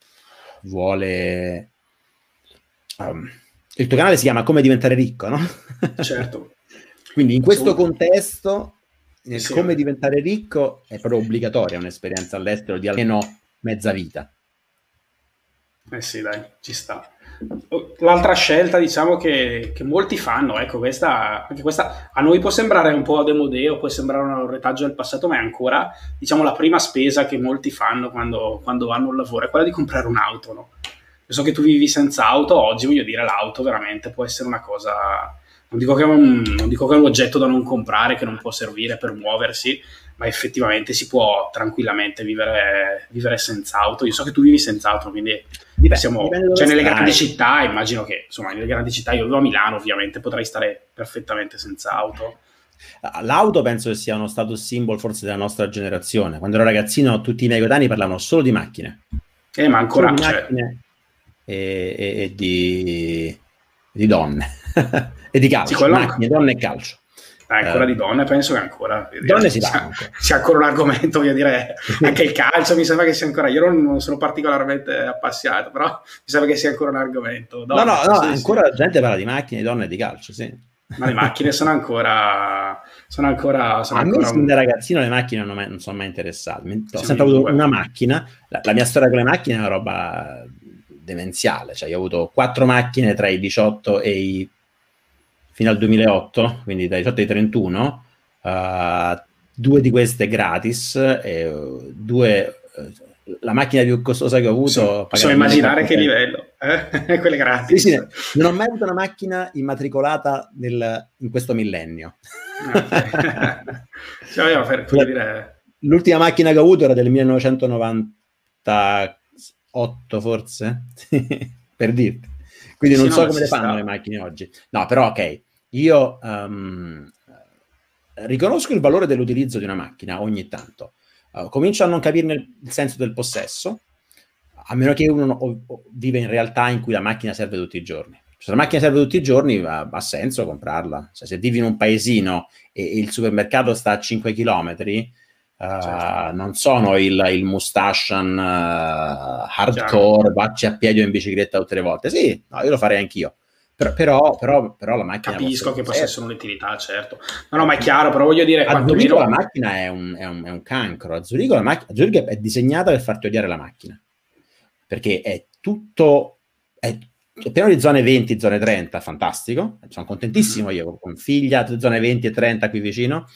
C: vuole il tuo canale si chiama Come diventare ricco, no?
B: Certo.
C: Quindi in questo contesto,
B: Sì,
C: come diventare ricco, è proprio obbligatoria un'esperienza all'estero di almeno mezza vita.
B: Sì, dai, ci sta. L'altra scelta, diciamo, che molti fanno, ecco, anche questa a noi può sembrare un po' demodeo, può sembrare un retaggio del passato, ma è ancora, diciamo, la prima spesa che molti fanno quando vanno al lavoro, è quella di comprare un'auto, no? Io so che tu vivi senza auto, oggi voglio dire, l'auto veramente può essere una cosa, non dico che è un oggetto da non comprare, che non può servire per muoversi, ma effettivamente si può tranquillamente vivere senza auto. Io so che tu vivi senza auto, quindi cioè nelle grandi città, immagino che, insomma, nelle grandi città, io vivo a Milano, ovviamente, potrei stare perfettamente senza auto.
C: L'auto penso che sia uno status symbol forse della nostra generazione. Quando ero ragazzino tutti i miei coetanei parlavano solo di macchine.
B: Ma ancora
C: di macchine e di donne e di calcio, sì, macchine, donne e calcio.
B: Ancora di donne, penso che ancora
C: donne
B: sia ancora un argomento, voglio dire, anche il calcio mi sembra che sia ancora, io non sono particolarmente appassionato, però mi sembra che sia ancora un argomento.
C: Donne, no, ancora la gente parla di macchine, di donne e di calcio, sì.
B: Ma le macchine sono ancora
C: a me sin da ragazzino le macchine non sono mai interessate. Ho sempre avuto una macchina. La mia storia con le macchine è una roba demenziale, cioè io ho avuto 4 macchine tra i 18 e fino al 2008, quindi dai 18 ai 31, 2 di queste gratis, e 2 la macchina più costosa che ho avuto.
B: Possiamo immaginare che livello, quelle gratis.
C: Sì, non ho mai avuto una macchina immatricolata in questo millennio. L'ultima macchina che ho avuto era del 1998 forse, per dirti. Quindi non so come le fanno le macchine oggi. No, però ok, io riconosco il valore dell'utilizzo di una macchina ogni tanto. Comincio a non capirne il senso del possesso, a meno che uno vive in realtà in cui la macchina serve tutti i giorni. Se la macchina serve tutti i giorni ha senso comprarla. Cioè, se vivi in un paesino e il supermercato sta a 5 chilometri, non sono il Mustasian hardcore, vacci a piedi o in bicicletta tutte le volte. Sì, no, io lo farei anch'io. Però la macchina...
B: Capisco che possa essere un'utilità, certo. No, ma è chiaro, però voglio dire...
C: A Zurigo la macchina è un cancro. A Zurigo Zurigo è disegnata per farti odiare la macchina. Perché è tutto... È pieno di zone 20, zone 30, fantastico. Sono contentissimo io, con figlia, zone 20 e 30 qui vicino.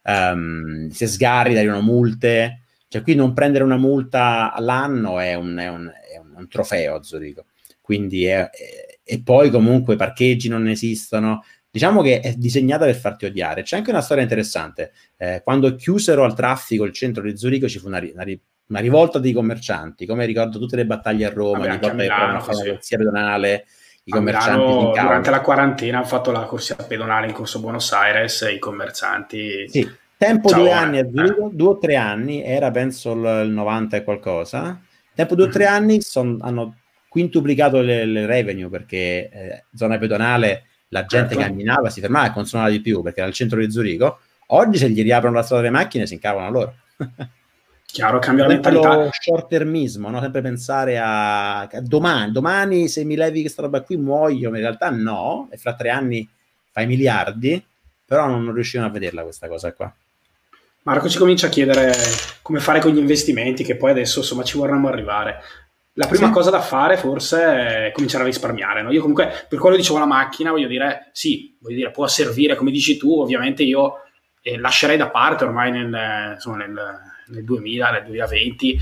C: Se sgarri arrivano multe. Cioè qui non prendere una multa all'anno è un trofeo a Zurigo. Quindi e poi comunque i parcheggi non esistono. Diciamo che è disegnata per farti odiare. C'è anche una storia interessante. Quando chiusero al traffico il centro di Zurigo ci fu una rivolta dei commercianti, come ricordo tutte le battaglie a Roma, di volta che provano a fare la corsia pedonale, i commercianti
B: durante la quarantena hanno fatto la corsia pedonale in corso Buenos Aires, i commercianti...
C: Sì, tempo 2 anni a Zurigo, 2 o 3 anni, era penso il 90 e qualcosa, tempo 2 o 3 anni hanno quintuplicato le revenue, perché zona pedonale la gente camminava, si fermava e consumava di più, perché era il centro di Zurigo. Oggi se gli riaprono la strada delle macchine si incavano loro.
B: Chiaro, cambia la mentalità.
C: Lo short-termismo, no? Sempre pensare a domani se mi levi questa roba qui muoio, ma in realtà no, e fra 3 anni fai miliardi, però non riuscivano a vederla questa cosa qua.
B: Marco ci comincia a chiedere come fare con gli investimenti, che poi adesso insomma ci vorremmo arrivare. La prima cosa da fare forse è cominciare a risparmiare, no? Io comunque, per quello dicevo la macchina, voglio dire, può servire, come dici tu, ovviamente io lascerei da parte ormai nel 2000, nel 2020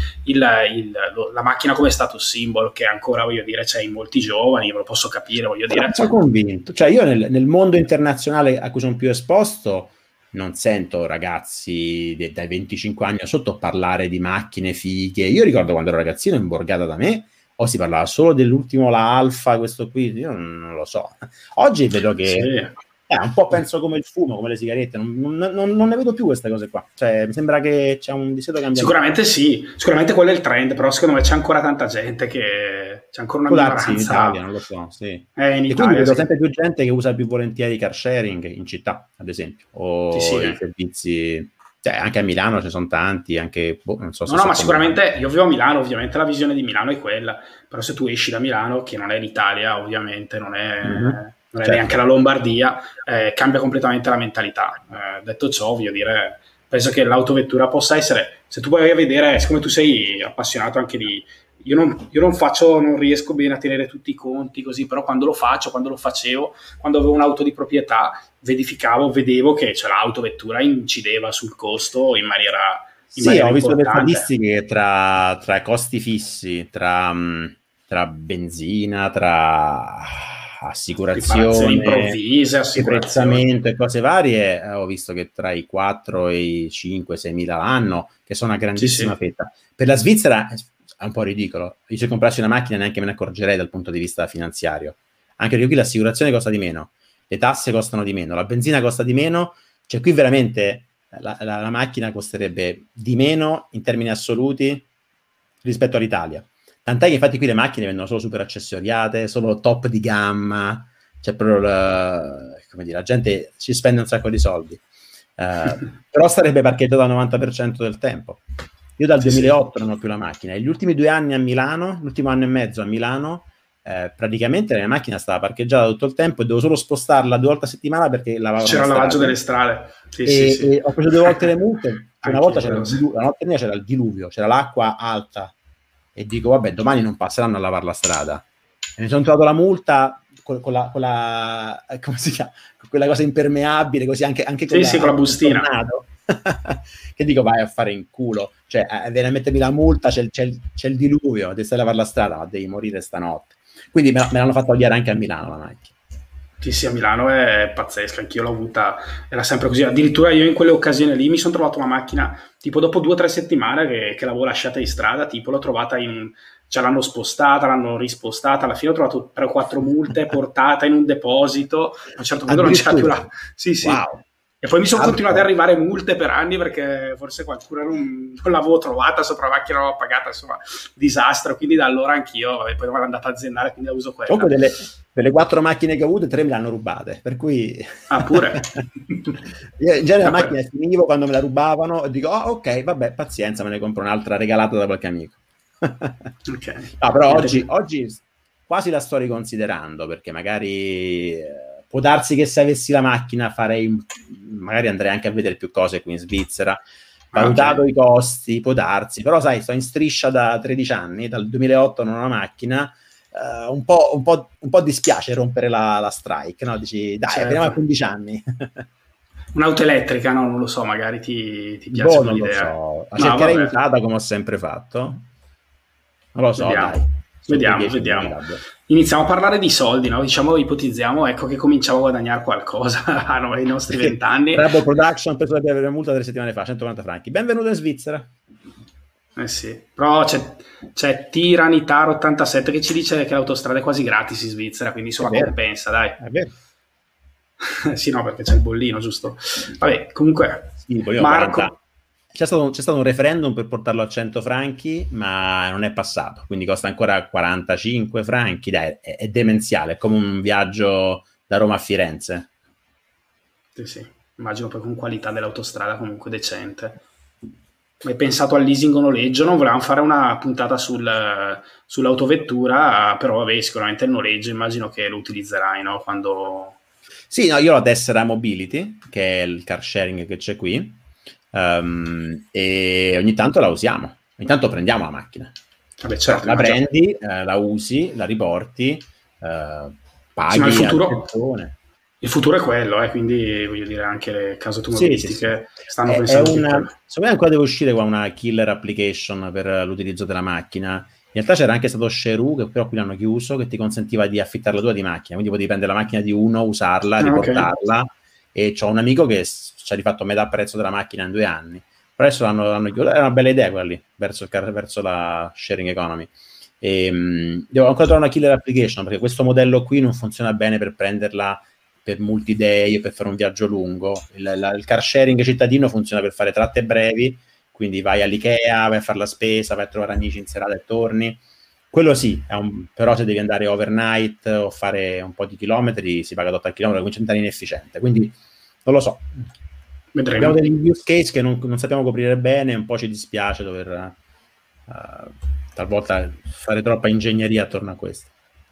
B: la macchina come status symbol, che ancora, voglio dire, c'è in molti giovani, me lo posso capire, voglio dire.
C: Sono convinto, cioè io nel mondo internazionale a cui sono più esposto non sento ragazzi dai 25 anni o sotto parlare di macchine fighe. Io ricordo quando ero ragazzino in borgata da me si parlava solo dell'ultimo, la Alfa, questo qui, io non lo so. Oggi vedo che un po' penso come il fumo, come le sigarette, non ne vedo più queste cose qua. Cioè, mi sembra che c'è un discreto cambiamento.
B: Sicuramente quello è il trend, però secondo me c'è ancora tanta gente c'è ancora una minoranza.
C: In Italia, non lo so, sì.
B: In
C: e
B: Italia,
C: quindi vedo sempre più gente che usa più volentieri car sharing in città, ad esempio, o i servizi... Cioè, anche a Milano ci sono tanti, anche non so se...
B: No, ma sicuramente io vivo a Milano, ovviamente la visione di Milano è quella, però se tu esci da Milano, che non è l'Italia, ovviamente non è... non è neanche la Lombardia, cambia completamente la mentalità. Detto ciò, voglio dire, penso che l'autovettura possa essere, se tu vai a vedere, siccome tu sei appassionato anche di... Io non riesco bene a tenere tutti i conti così, però quando lo facevo, quando avevo un'auto di proprietà, vedevo che l'autovettura incideva sul costo in maniera
C: ho visto le
B: importante.
C: statistiche tra costi fissi, tra benzina, tra assicurazione,
B: improvvise,
C: prezzamento e cose varie. Ho visto che tra i 4 e i 5-6 mila l'anno, che sono una grandissima fetta. Per la Svizzera è un po' ridicolo. Io se comprassi una macchina neanche me ne accorgerei dal punto di vista finanziario, anche perché qui l'assicurazione costa di meno, le tasse costano di meno, la benzina costa di meno, cioè qui veramente la macchina costerebbe di meno in termini assoluti rispetto all'Italia. Tant'è che infatti qui le macchine vengono solo super accessoriate, solo top di gamma, cioè proprio come dire, la gente ci spende un sacco di soldi, però sarebbe parcheggiata al 90% del tempo. Io dal 2008 non ho più la macchina, e gli ultimi 2 anni a Milano, l'ultimo anno e mezzo a Milano, praticamente la mia macchina stava parcheggiata tutto il tempo e dovevo solo spostarla 2 volte a settimana perché
B: c'era il lavaggio delle strade.
C: E ho preso 2 volte le multe. Una volta c'era la notte mia c'era il diluvio, c'era l'acqua alta e dico vabbè, domani non passeranno a lavare la strada, e mi sono trovato la multa con la come si chiama? Con quella cosa impermeabile, così anche con
B: la bustina.
C: Che dico vai a fare in culo, cioè vieni a mettermi la multa, c'è il diluvio, devi stare a lavare la strada, ma devi morire stanotte. Quindi me l'hanno fatto odiare anche a Milano la macchina.
B: Sì, a Milano è pazzesca, anch'io l'ho avuta, era sempre così. Addirittura io in quelle occasioni lì mi sono trovato una macchina, tipo dopo 2 o 3 settimane che l'avevo lasciata in strada, tipo l'ho trovata l'hanno spostata, l'hanno rispostata, alla fine ho trovato 3 o 4 multe portate in un deposito, a un certo punto non c'era più la... Sì. Wow. E poi mi sono continuate ad arrivare multe per anni perché forse qualcuno non l'avevo trovata sopra la macchina, non l'avevo pagata, insomma, disastro. Quindi da allora anch'io, poi me l'ho andata a aziendale, quindi la uso quella.
C: Comunque delle 4 macchine che ho avuto, 3 me le hanno rubate, per cui...
B: Ah, pure?
C: Io in genere la macchina finivo quando me la rubavano e dico, ok, vabbè, pazienza, me ne compro un'altra regalata da qualche amico.
B: Okay.
C: No, però oggi quasi la sto riconsiderando, perché magari... può darsi che se avessi la macchina magari andrei anche a vedere più cose qui in Svizzera, valutato i costi, può darsi, però sai, sto in striscia da 13 anni, dal 2008 non ho una macchina, un po' dispiace rompere la strike, no? Dici, dai, fino a 15 anni.
B: Un'auto elettrica, no? Non lo so, magari ti piace l'idea.
C: Non lo so, la cercherei usata come ho sempre fatto. Non lo so,
B: Vediamo. Iniziamo a parlare di soldi, no? Diciamo, ipotizziamo, ecco, che cominciamo a guadagnare qualcosa ai nostri 20 anni.
C: Rebel Production, penso di avere multa 3 settimane fa, 190 franchi. Benvenuto in Svizzera.
B: Sì, però c'è Tiranitar 87 che ci dice che l'autostrada è quasi gratis in Svizzera, quindi insomma compensa, dai.
C: È vero.
B: Sì, no, perché c'è il bollino, giusto? Vabbè, comunque, Marco...
C: C'è stato un referendum per portarlo a 100 franchi, ma non è passato, quindi costa ancora 45 franchi, dai, è demenziale, è come un viaggio da Roma a Firenze.
B: Sì, immagino poi con qualità dell'autostrada comunque decente. Hai pensato al leasing o noleggio? Non volevamo fare una puntata sull'autovettura, però vabbè, sicuramente il noleggio immagino che lo utilizzerai, no? Quando...
C: Sì, no, io ho la tessera Mobility, che è il car sharing che c'è qui, e ogni tanto la usiamo, ogni tanto prendiamo la macchina.
B: Vabbè, certo,
C: la prendi, la usi, la riporti, paghi.
B: Sì, il futuro è quello, quindi voglio dire anche le case automobilistiche stanno pensando
C: secondo me ancora deve uscire qua una killer application per l'utilizzo della macchina. In realtà c'era anche stato Sheroo, che però qui l'hanno chiuso, che ti consentiva di affittare la tua di macchina, quindi potevi prendere la macchina di uno, usarla, riportarla, e c'ho un amico che ci ha rifatto metà prezzo della macchina in 2 anni, però adesso l'hanno chiuso. Era una bella idea quella lì, verso la sharing economy. Devo ancora trovare una killer application, perché questo modello qui non funziona bene per prenderla per multi-day, per fare un viaggio lungo. Il car sharing cittadino funziona per fare tratte brevi, quindi vai all'Ikea, vai a fare la spesa, vai a trovare amici in serata e torni. Quello sì, però se devi andare overnight o fare un po' di chilometri, si paga 8 al chilometro, comincia a diventare inefficiente. Quindi non lo so.
B: Vedremo.
C: Abbiamo degli use case che non sappiamo coprire bene, un po' ci dispiace dover talvolta fare troppa ingegneria attorno a questo.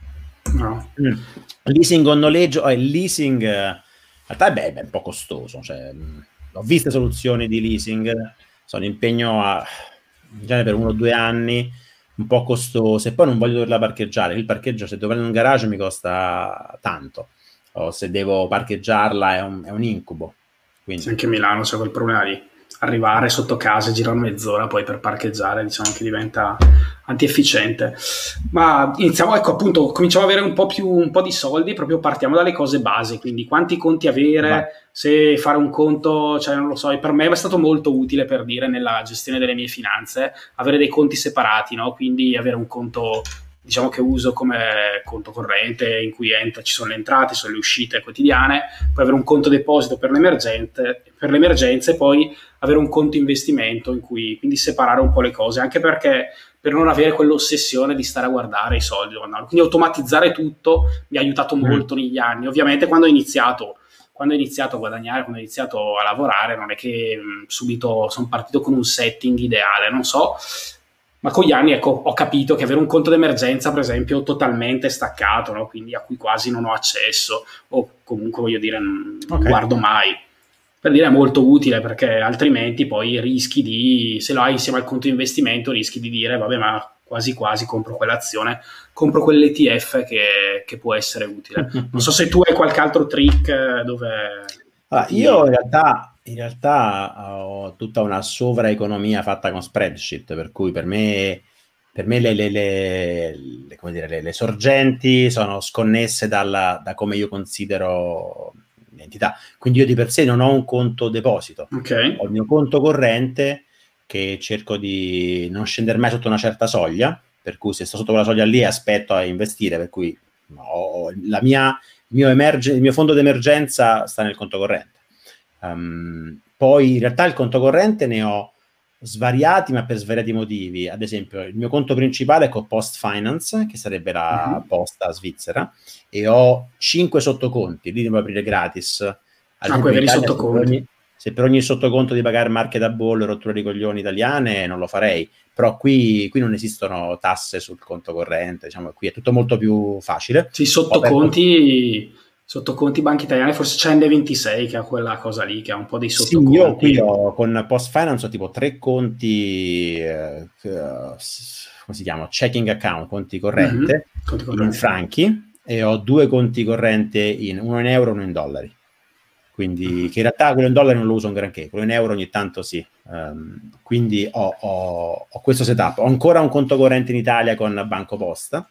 B: No.
C: Leasing o noleggio, il leasing in realtà è un po' costoso, cioè, ho visto soluzioni di leasing, sono impegno in genere per 1 o 2 anni, un po' costose, e poi non voglio doverla parcheggiare. Il parcheggio, se devo prendere un garage, mi costa tanto, o se devo parcheggiarla è un incubo. Quindi.
B: Sì, anche a Milano c'è quel problema di arrivare sotto casa e girare mezz'ora poi per parcheggiare, diciamo che diventa antiefficiente. Ma iniziamo, ecco, appunto, cominciamo ad avere un po' di soldi, proprio partiamo dalle cose base, quindi quanti conti avere, se fare un conto, cioè non lo so, per me è stato molto utile, per dire, nella gestione delle mie finanze, avere dei conti separati, no? Quindi avere un conto, diciamo, che uso come conto corrente, in cui ci sono le entrate, ci sono le uscite quotidiane, poi avere un conto deposito per le emergenze, poi avere un conto investimento in cui quindi separare un po' le cose, anche perché per non avere quell'ossessione di stare a guardare i soldi. Quindi automatizzare tutto mi ha aiutato molto negli anni. Ovviamente quando ho iniziato a guadagnare, quando ho iniziato a lavorare, non è che subito sono partito con un setting ideale, non so, ma con gli anni, ecco, ho capito che avere un conto d'emergenza, per esempio, totalmente staccato, no? Quindi a cui quasi non ho accesso, o comunque, voglio dire, non guardo mai, per dire, è molto utile, perché altrimenti poi rischi di, se lo hai insieme al conto investimento, rischi di dire, vabbè, ma quasi quasi compro quell'azione, compro quell'ETF che può essere utile. Non so se tu hai qualche altro trick dove...
C: Io in realtà ho tutta una sovraeconomia fatta con spreadsheet, per cui per me le sorgenti sono sconnesse da come io considero l'entità. Quindi io di per sé non ho un conto deposito, ho il mio conto corrente che cerco di non scendere mai sotto una certa soglia, per cui se sto sotto quella soglia lì aspetto a investire, per cui il mio fondo d'emergenza sta nel conto corrente. Poi in realtà il conto corrente ne ho svariati, ma per svariati motivi. Ad esempio, il mio conto principale è con Post Finance, che sarebbe la posta svizzera, e ho 5 sottoconti, lì devo aprire gratis. Ad esempio, in Italia, se per ogni sottoconto di pagare marche da bollo e rotture di coglioni italiane, non lo farei. Però qui non esistono tasse sul conto corrente, diciamo, qui è tutto molto più facile.
B: Sì, sottoconti banche italiane, forse c'è N26 che ha quella cosa lì, che ha un po' dei sottoconti.
C: Sì, io qui con Post Finance ho tipo 3 conti, come si chiama? Checking account, conti corrente, in franchi, e ho 2 conti corrente, uno in euro e uno in dollari. Quindi che in realtà quello in dollari non lo uso un granché, quello in euro ogni tanto sì. Quindi ho questo setup. Ho ancora un conto corrente in Italia con Banco Posta,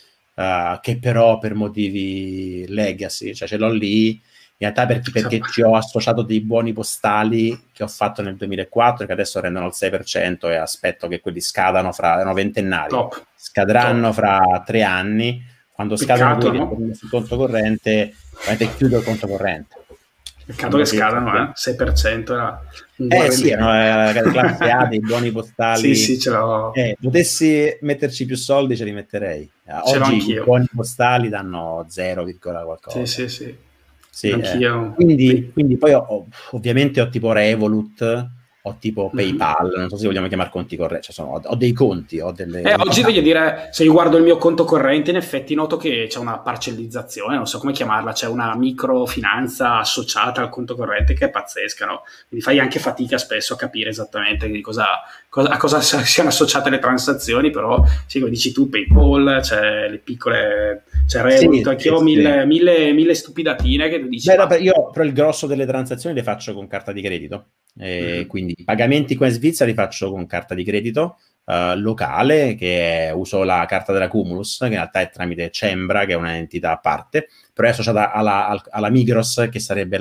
C: che però per motivi legacy, cioè ce l'ho lì in realtà perché ci ho associato dei buoni postali che ho fatto nel 2004, che adesso rendono il 6%, e aspetto che quelli scadano erano ventennali, scadranno fra 3 anni. Quando scadono quelli sul conto corrente, chiudo il conto corrente.
B: Peccato che scadano, 6% era
C: sì, la classe A dei buoni postali.
B: Sì, ce l'ho.
C: Potessi metterci più soldi, ce li metterei. Oggi i buoni postali danno 0, qualcosa.
B: Sì. Anch'io.
C: Quindi poi ovviamente ho tipo Revolut, ho tipo PayPal, non so se vogliamo chiamare conti correnti, cioè ho dei conti, ho delle...
B: Oggi voglio dire, se io guardo il mio conto corrente, in effetti noto che c'è una parcellizzazione, non so come chiamarla, c'è una microfinanza associata al conto corrente che è pazzesca, no? Quindi fai anche fatica spesso a capire esattamente di a cosa siano associate le transazioni, però sì, come dici tu, PayPal, c'è le piccole, c'è Revolut, anch'io ho mille stupidatine che tu dici...
C: Io però il grosso delle transazioni le faccio con carta di credito. Quindi i pagamenti qua in Svizzera li faccio con carta di credito locale, che uso la carta della Cumulus, che in realtà è tramite Cembra, che è un'entità a parte, però è associata alla Migros, che sarebbe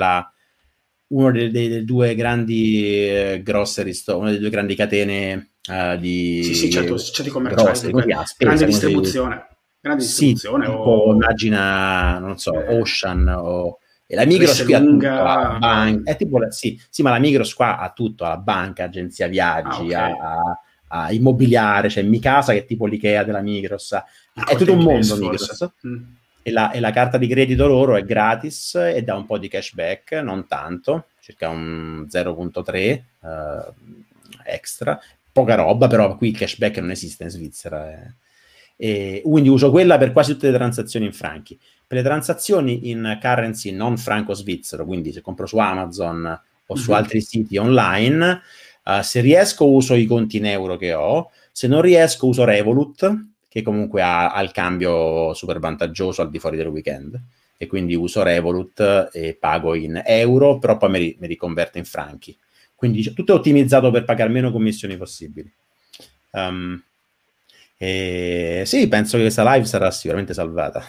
C: uno dei 2 grandi grocery store, una delle 2 grandi catene di...
B: Sì, certo, c'è di commerciali, grande distribuzione.
C: Tipo, immagina, non so, Ocean o... E la Migros qui ha tutto, la banca, è tipo, sì, ma la Migros qua ha tutto, la banca, agenzia viaggi, a immobiliare, c'è Micasa che è tipo l'Ikea della Migros, è tutto un mondo Migros. E la carta di credito loro è gratis e dà un po' di cashback, non tanto, circa un 0,3 extra, poca roba, però qui il cashback non esiste in Svizzera. e quindi uso quella per quasi tutte le transazioni in franchi. Per le transazioni in currency non franco-svizzero, quindi se compro su Amazon o su altri siti online, se riesco uso i conti in euro che ho, se non riesco uso Revolut, che comunque ha il cambio super vantaggioso al di fuori del weekend, e quindi uso Revolut e pago in euro, però poi mi riconverte in franchi. Quindi tutto è ottimizzato per pagare meno commissioni possibili. Sì, penso che questa live sarà sicuramente salvata.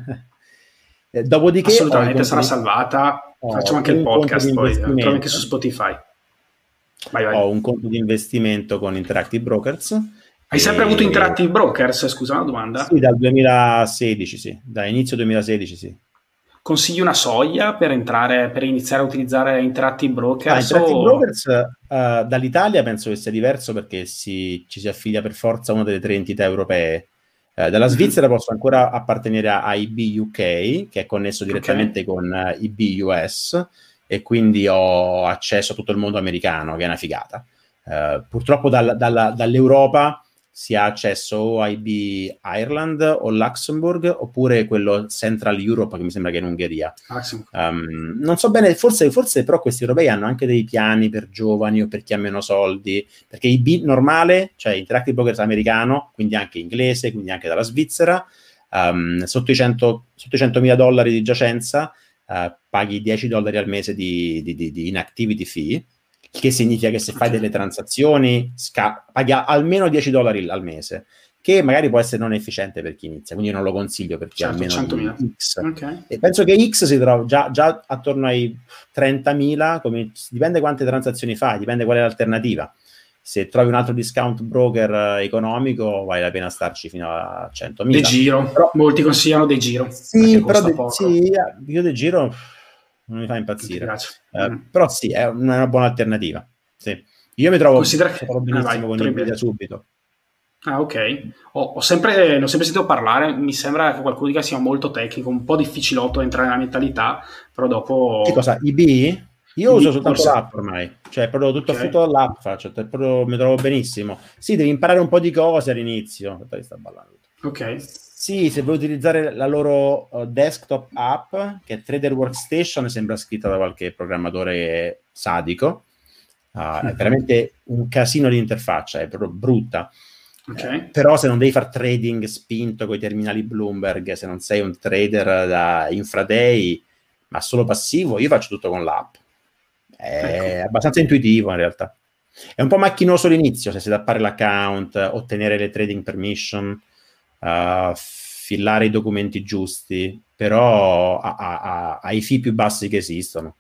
C: Dopodiché
B: assolutamente sarà salvata. Facciamo anche il podcast, poi trovi anche su Spotify. Vai.
C: Ho un conto di investimento con Interactive Brokers.
B: Hai sempre avuto Interactive Brokers? Scusa, una domanda.
C: Sì, dal 2016, sì. Da inizio 2016, sì.
B: Consigli una soglia per entrare, per iniziare a utilizzare Interactive Brokers?
C: Interactive Brokers dall'Italia penso che sia diverso perché ci si affiglia per forza a una delle 3 entità europee. Dalla Svizzera posso ancora appartenere a IB UK, che è connesso direttamente con IB US, e quindi ho accesso a tutto il mondo americano, che è una figata. Purtroppo dall'Europa si ha accesso o a IB Ireland o Luxembourg, oppure quello Central Europe, che mi sembra che è in Ungheria. Non so bene, forse però questi europei hanno anche dei piani per giovani o per chi ha meno soldi, perché IB normale, cioè Interactive Brokers americano, quindi anche inglese, quindi anche dalla Svizzera, sotto i $100.000 di giacenza, paghi $10 al mese di inactivity fee, che significa che se fai delle transazioni paghi almeno $10 al mese, che magari può essere non efficiente per chi inizia, quindi io non lo consiglio per chi ha almeno
B: 100.000.
C: X. E penso che X si trova già attorno ai 30.000, dipende quante transazioni fai, dipende qual è l'alternativa. Se trovi un altro discount broker economico, vale la pena starci fino a 100.000.
B: De Giro, però, molti consigliano De Giro.
C: Sì, però io De Giro non mi fa impazzire. Però sì, è una buona alternativa. Sì. Io mi trovo benissimo con Nvidia subito.
B: Ah, ok. Ne ho sempre sentito parlare, mi sembra che qualcuno dica sia molto tecnico, un po' difficilotto entrare nella mentalità, però dopo...
C: Che cosa? IB? Io uso soltanto l'app ormai, cioè proprio tutto affitto dall'app faccio, proprio mi trovo benissimo. Sì, devi imparare un po' di cose all'inizio. Sta ballando.
B: Ok.
C: Sì, se vuoi utilizzare la loro desktop app, che è Trader Workstation, sembra scritta da qualche programmatore sadico. È veramente un casino di interfaccia, è proprio brutta. Però se non devi fare trading spinto con i terminali Bloomberg, se non sei un trader da intraday, ma solo passivo, io faccio tutto con l'app. È abbastanza intuitivo in realtà. È un po' macchinoso all'inizio, se si tappare l'account, ottenere le trading permission, fillare i documenti giusti, però ha i fee più bassi che esistono.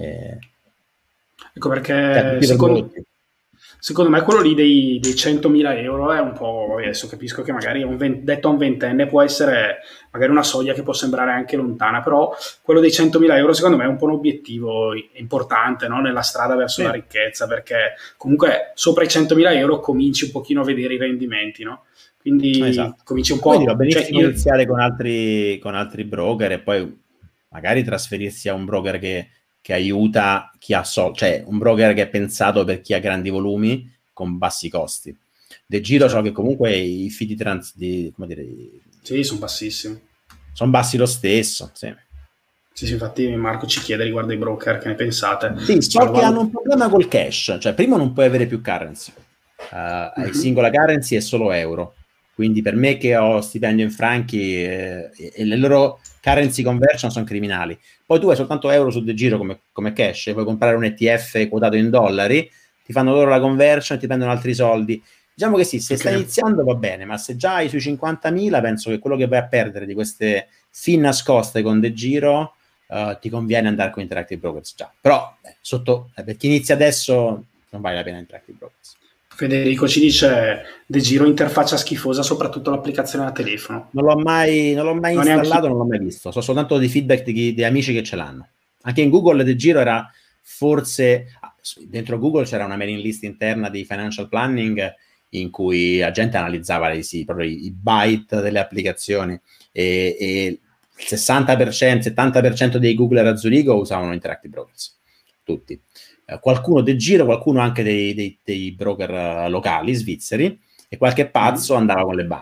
B: Ecco perché secondo me quello lì dei 100.000 euro è un po', adesso capisco che magari detto a un ventenne può essere magari una soglia che può sembrare anche lontana, però quello dei 100.000 euro secondo me è un po' un obiettivo importante, no? Nella strada verso la ricchezza, perché comunque sopra i 100.000 euro cominci un pochino a vedere i rendimenti, no? Quindi cominci un po'...
C: Quindi va benissimo iniziare con altri broker e poi magari trasferirsi a un broker che aiuta chi ha soldi, cioè un broker che è pensato per chi ha grandi volumi con bassi costi. De Giro so che comunque i fee
B: sì, sono bassissimi.
C: Sono bassi lo stesso, sì.
B: Sì, infatti Marco ci chiede riguardo ai broker, che ne pensate?
C: Sì, so che hanno un problema col cash, cioè prima non puoi avere più currency. Hai singola currency e solo euro. Quindi per me che ho stipendio in franchi e le loro currency conversion sono criminali. Poi tu hai soltanto euro su De Giro come cash, e puoi comprare un ETF quotato in dollari, ti fanno loro la conversion e ti prendono altri soldi. Diciamo che sì, se stai iniziando va bene, ma se già hai sui 50.000, penso che quello che vai a perdere di queste fee nascoste con De Giro ti conviene andare con Interactive Brokers già. Però per chi inizia adesso non vale la pena Interactive Brokers.
B: Federico ci dice De Giro interfaccia schifosa, soprattutto l'applicazione da telefono.
C: Non l'ho mai installato, non l'ho mai visto. So soltanto di feedback di amici che ce l'hanno. Anche in Google De Giro era forse... dentro Google c'era una mailing list interna di financial planning in cui la gente analizzava proprio i byte delle applicazioni e il 60%, 70% dei Googler a Zurigo usavano Interactive Brokers. Tutti. Qualcuno De Giro, qualcuno anche dei broker locali svizzeri, e qualche pazzo andava con le banche.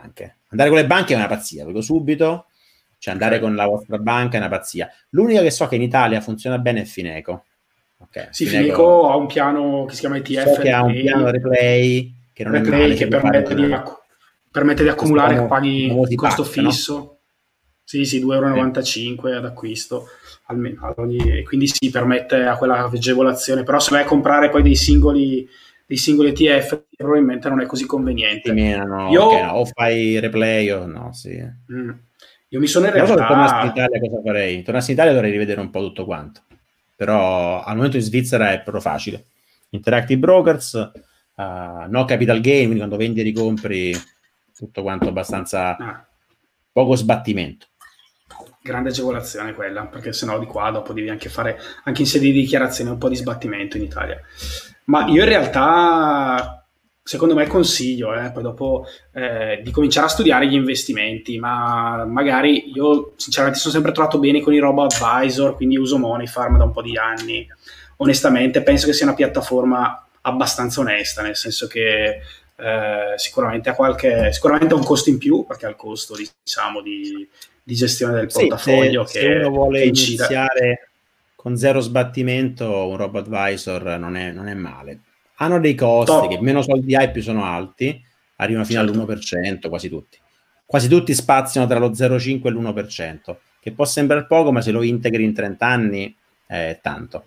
C: Andare con le banche è una pazzia, lo dico subito, cioè andare con la vostra banca è una pazzia. L'unica che so che in Italia funziona bene è Fineco. Okay,
B: sì, Fineco ha un piano che si chiama ETF,
C: so che ha un piano Replay che non è male,
B: che permette di accumulare, che paghi il costo
C: pack,
B: fisso.
C: No?
B: Sì, 2,95 € ad acquisto, almeno, quindi si permette a quella agevolazione, però se vai a comprare poi dei singoli ETF probabilmente non è così conveniente.
C: O fai Replay o no, sì.
B: Io mi sono in
C: realtà...
B: Non so, se
C: tornassi in Italia cosa farei? Tornassi in Italia dovrei rivedere un po' tutto quanto, però al momento in Svizzera è proprio facile. Interactive Brokers, no capital gain, quindi quando vendi e ricompri tutto quanto abbastanza poco sbattimento.
B: Grande agevolazione quella, perché sennò di qua dopo devi anche fare, anche in sede di dichiarazione, un po' di sbattimento in Italia. Ma io in realtà, secondo me, consiglio poi dopo di cominciare a studiare gli investimenti, ma magari io sinceramente sono sempre trovato bene con i robo-advisor, quindi uso Moneyfarm da un po' di anni. Onestamente penso che sia una piattaforma abbastanza onesta, nel senso che sicuramente ha un costo in più, perché ha il costo, diciamo, di gestione del portafoglio.
C: Se uno vuole iniziare con zero sbattimento, un robo-advisor non è male. Hanno dei costi che meno soldi hai più sono alti, arrivano fino all'1%, quasi tutti spaziano tra lo 0,5 e l'1%, che può sembrare poco, ma se lo integri in 30 anni è tanto.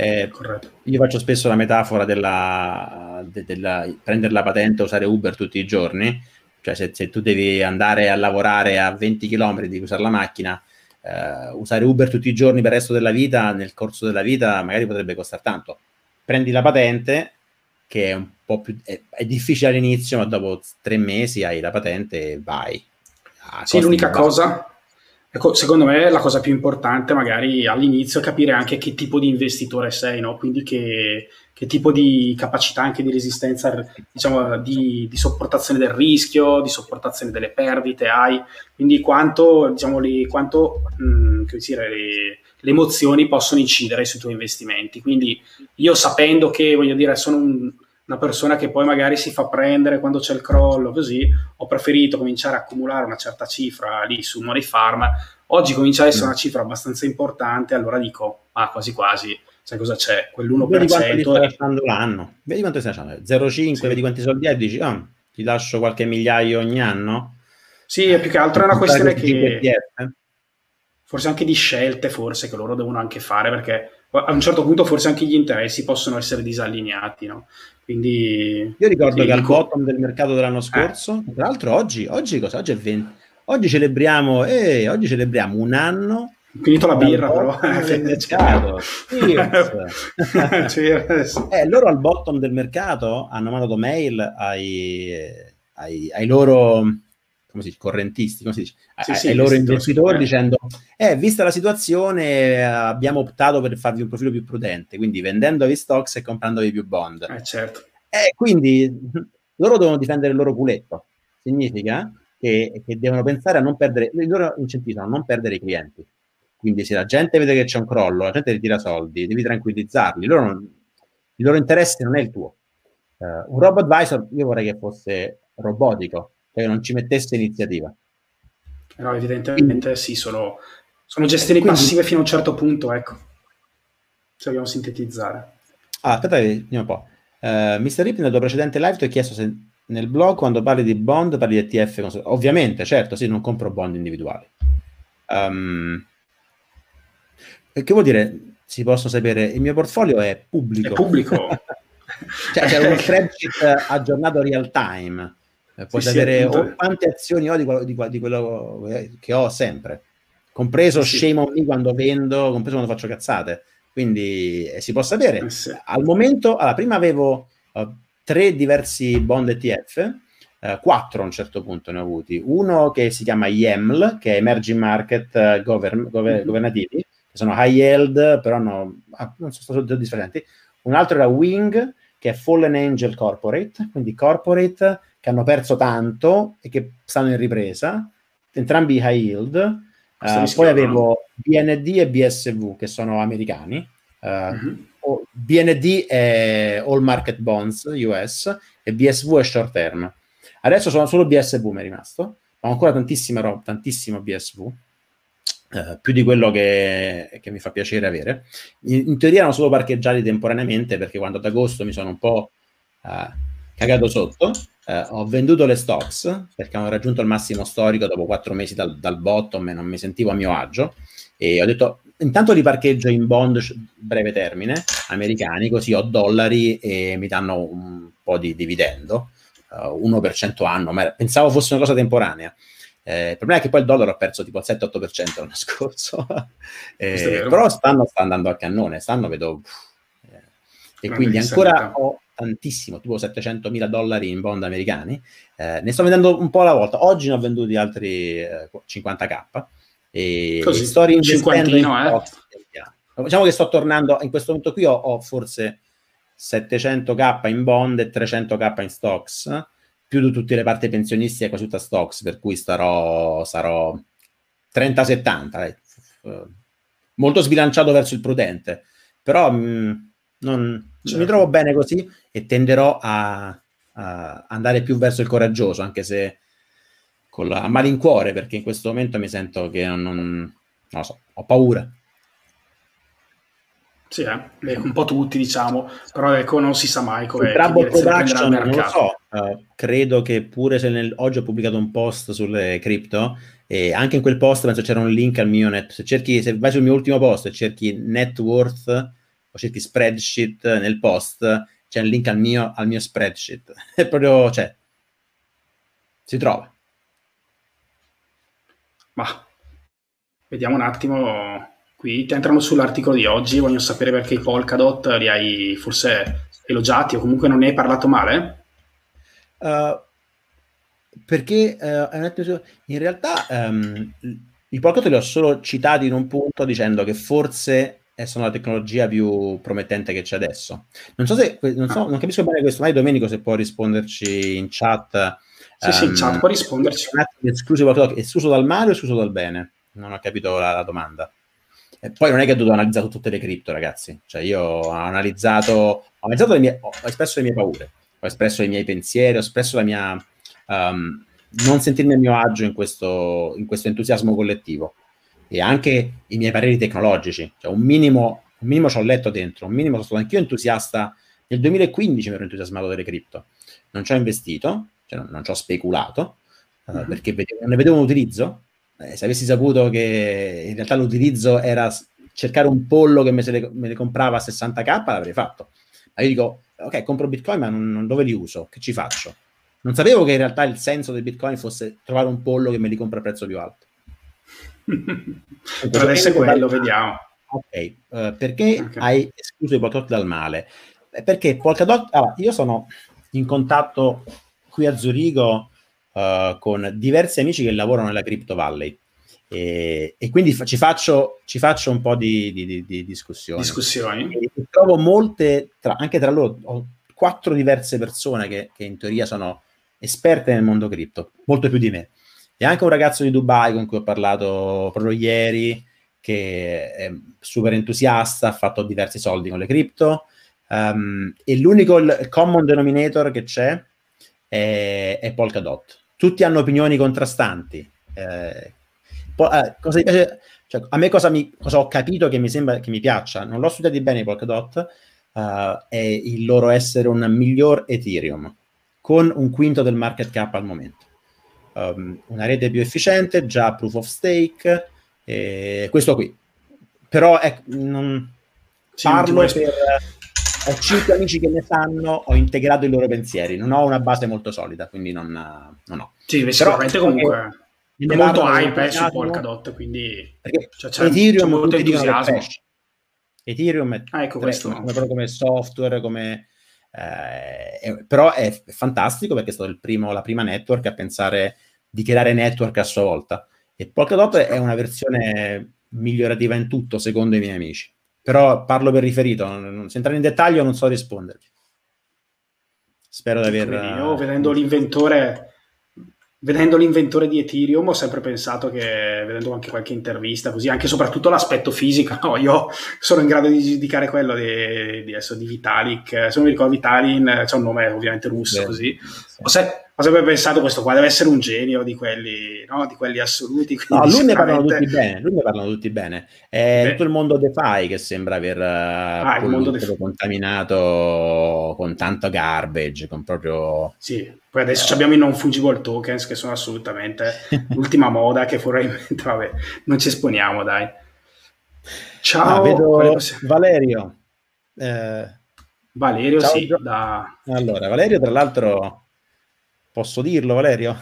C: Io faccio spesso la metafora della prendere la patente e usare Uber tutti i giorni. Cioè se tu devi andare a lavorare a 20 km, devi usare la macchina, usare Uber tutti i giorni per il resto della vita, nel corso della vita magari potrebbe costare tanto. Prendi la patente, che è un po' più è difficile all'inizio, ma dopo 3 mesi hai la patente e vai.
B: Sì, l'unica cosa, ecco, secondo me la cosa più importante magari all'inizio è capire anche che tipo di investitore sei, no? Quindi che tipo di capacità anche di resistenza, diciamo, di sopportazione del rischio, di sopportazione delle perdite hai, quindi quanto, diciamo, le emozioni possono incidere sui tuoi investimenti. Quindi io, sapendo che, voglio dire, sono una persona che poi magari si fa prendere quando c'è il crollo, così, ho preferito cominciare a accumulare una certa cifra lì su Moneyfarm. Oggi comincia a essere una cifra abbastanza importante, allora dico, quasi quasi, sai cosa c'è? Quell'1%.
C: Vedi quanto ti sta lasciando l'anno, vedi quanto ti sta lasciando, 0,5, sì. Vedi quanti soldi hai e dici, ti lascio qualche migliaio ogni anno?
B: Sì, più che altro è una questione che... forse anche di scelte, forse, che loro devono anche fare, perché a un certo punto forse anche gli interessi possono essere disallineati, no? Quindi
C: io ricordo che al bottom del mercato dell'anno scorso, tra l'altro oggi cosa? Oggi è 20. Oggi celebriamo un anno.
B: Finito la birra, però.
C: Loro al bottom del mercato hanno mandato mail ai loro, come si dice, correntisti, come si dice? Ai loro investitori dicendo, vista la situazione abbiamo optato per farvi un profilo più prudente, quindi vendendovi stocks e comprandovi più bond.
B: Certo.
C: Quindi loro devono difendere il loro culetto. Significa che devono pensare a non perdere, i loro incentivi sono a non perdere i clienti. Quindi se la gente vede che c'è un crollo, la gente ritira soldi, devi tranquillizzarli. Il loro interesse non è il tuo. Un robo-advisor io vorrei che fosse robotico, cioè non ci mettesse iniziativa.
B: No, evidentemente sì, sono gestioni passive fino a un certo punto, ecco. Se vogliamo sintetizzare.
C: Aspetta, vediamo un po'. Mr. Rip, nel tuo precedente live ti ho chiesto se nel blog, quando parli di bond, parli di ETF. Ovviamente, certo, sì, non compro bond individuali. Che vuol dire? Si possono sapere, il mio portfolio è pubblico.
B: È pubblico.
C: Cioè, c'è uno spreadsheet aggiornato real time. Puoi sapere quante azioni ho di quello che ho sempre. Compreso shame on me quando vendo, compreso quando faccio cazzate. Quindi si può sapere. Al momento, prima avevo 3 diversi bond ETF, 4 a un certo punto ne ho avuti. Uno che si chiama YEML, che è Emerging Market Governativi, che sono high yield, però non sono stati differenti. Un altro era Wing, che è Fallen Angel Corporate, quindi corporate che hanno perso tanto e che stanno in ripresa, entrambi high yield. Poi avevo BND e BSV, che sono americani. BND è All Market Bonds US e BSV è Short Term. Adesso sono solo BSV mi è rimasto, ho ancora tantissima roba, tantissimo BSV, più di quello che mi fa piacere avere. In teoria erano solo parcheggiati temporaneamente, perché quando ad agosto mi sono un po' cagato sotto, ho venduto le stocks perché hanno raggiunto il massimo storico dopo 4 mesi dal bottom e non mi sentivo a mio agio, e ho detto intanto li parcheggio in bond breve termine americani, così ho dollari e mi danno un po' di dividendo, 1% anno, ma pensavo fosse una cosa temporanea. Il problema è che poi il dollaro ha perso tipo il 7-8% l'anno scorso, però sta andando a cannone, vedo e quindi ancora ho tantissimo, tipo $700.000 in bond americani, ne sto vendendo un po' alla volta. Oggi ne ho venduti altri 50k e sto reinvestendo in stocks. Diciamo che sto tornando, in questo momento qui ho forse 700k in bond e 300k in stocks, più di tutte le parti pensionistiche, quasi tutta stocks, per cui sarò 30-70, molto sbilanciato verso il prudente, però non mi trovo bene così e tenderò a andare più verso il coraggioso, anche se con a malincuore, perché in questo momento mi sento che non lo so, ho paura.
B: Sì, un po' tutti, diciamo, però ecco, non si sa mai come
C: production, non lo so. Credo che pure se oggi ho pubblicato un post sulle cripto, e anche in quel post penso c'era un link al mio se vai sul mio ultimo post e cerchi net worth o cerchi spreadsheet nel post, c'è un link al mio spreadsheet. È proprio, cioè, si trova.
B: Ma vediamo un attimo. Qui ti entrano sull'articolo di oggi, voglio sapere perché i Polkadot li hai forse elogiati o comunque non ne hai parlato male?
C: Perché in realtà i Polkadot li ho solo citati in un punto dicendo che forse sono la tecnologia più promettente che c'è adesso. Non capisco bene questo, ma Domenico se può risponderci in chat.
B: Sì, in chat può risponderci.
C: Escluso dal male o escluso dal bene? Non ho capito la domanda. E poi non è che ho dovuto analizzare tutte le cripto, ragazzi. Cioè io ho espresso le mie paure, ho espresso i miei pensieri, ho espresso la mia non sentirmi a mio agio in questo entusiasmo collettivo, e anche i miei pareri tecnologici. Cioè un minimo ci ho letto dentro, un minimo sono stato anch'io entusiasta. Nel 2015 mi ero entusiasmato delle cripto, non ci ho investito, cioè non ci ho speculato, perché non ne vedevo un utilizzo. Se avessi saputo che in realtà l'utilizzo era cercare un pollo che me le comprava a 60k, l'avrei fatto. Ma io dico, ok, compro Bitcoin, ma non dove li uso? Che ci faccio? Non sapevo che in realtà il senso del Bitcoin fosse trovare un pollo che me li compra a prezzo più alto.
B: Per adesso è quello, vediamo.
C: Ok, perché hai escluso i Polkadot dal male? Perché Polkadot, io sono in contatto qui a Zurigo con diversi amici che lavorano nella Crypto Valley, e quindi ci faccio un po' di discussioni. E trovo molte, anche tra loro ho 4 diverse persone che in teoria sono esperte nel mondo cripto, molto più di me, e anche un ragazzo di Dubai con cui ho parlato proprio ieri, che è super entusiasta, ha fatto diversi soldi con le cripto, e l'unico il common denominator che c'è è Polkadot. Tutti hanno opinioni contrastanti. Cosa mi piace? Cioè, a me cosa ho capito che mi sembra che mi piaccia, non l'ho studiato bene i Polkadot, è il loro essere un miglior Ethereum con un quinto del market cap al momento, una rete più efficiente, già proof of stake, questo qui. Però parlo per ho 5 amici che ne sanno, ho integrato i loro pensieri, non ho una base molto solida, quindi non ho.
B: Sì, sicuramente comunque è molto hype su Polkadot, quindi c'è
C: Ethereum,
B: molto entusiasmo.
C: Ethereum è
B: ecco, questo
C: come software, però è fantastico perché è stato la prima network a pensare di creare network a sua volta, e Polkadot è una versione migliorativa in tutto secondo i miei amici, però parlo per riferito, se entrare in dettaglio non so rispondervi. Spero di aver...
B: Io vedendo l'inventore di Ethereum ho sempre pensato che, vedendo anche qualche intervista così, anche soprattutto l'aspetto fisico, no? Io sono in grado di giudicare quello di Vitalik, se non mi ricordo Vitalin, c'è un nome ovviamente russo, così. Ho ho sempre pensato questo qua deve essere un genio di quelli, no? Di quelli assoluti.
C: No, lui ne parlano
B: Sicuramente...
C: tutti bene. È tutto il mondo DeFi che sembra aver
B: il mondo
C: contaminato con tanto garbage, con proprio...
B: Sì, poi adesso abbiamo i non fungible tokens che sono assolutamente l'ultima moda che probabilmente, vabbè, non ci esponiamo, dai. Ciao,
C: vedo Valerio.
B: Valerio,
C: ciao,
B: sì.
C: Allora, Valerio, tra l'altro, posso dirlo, Valerio?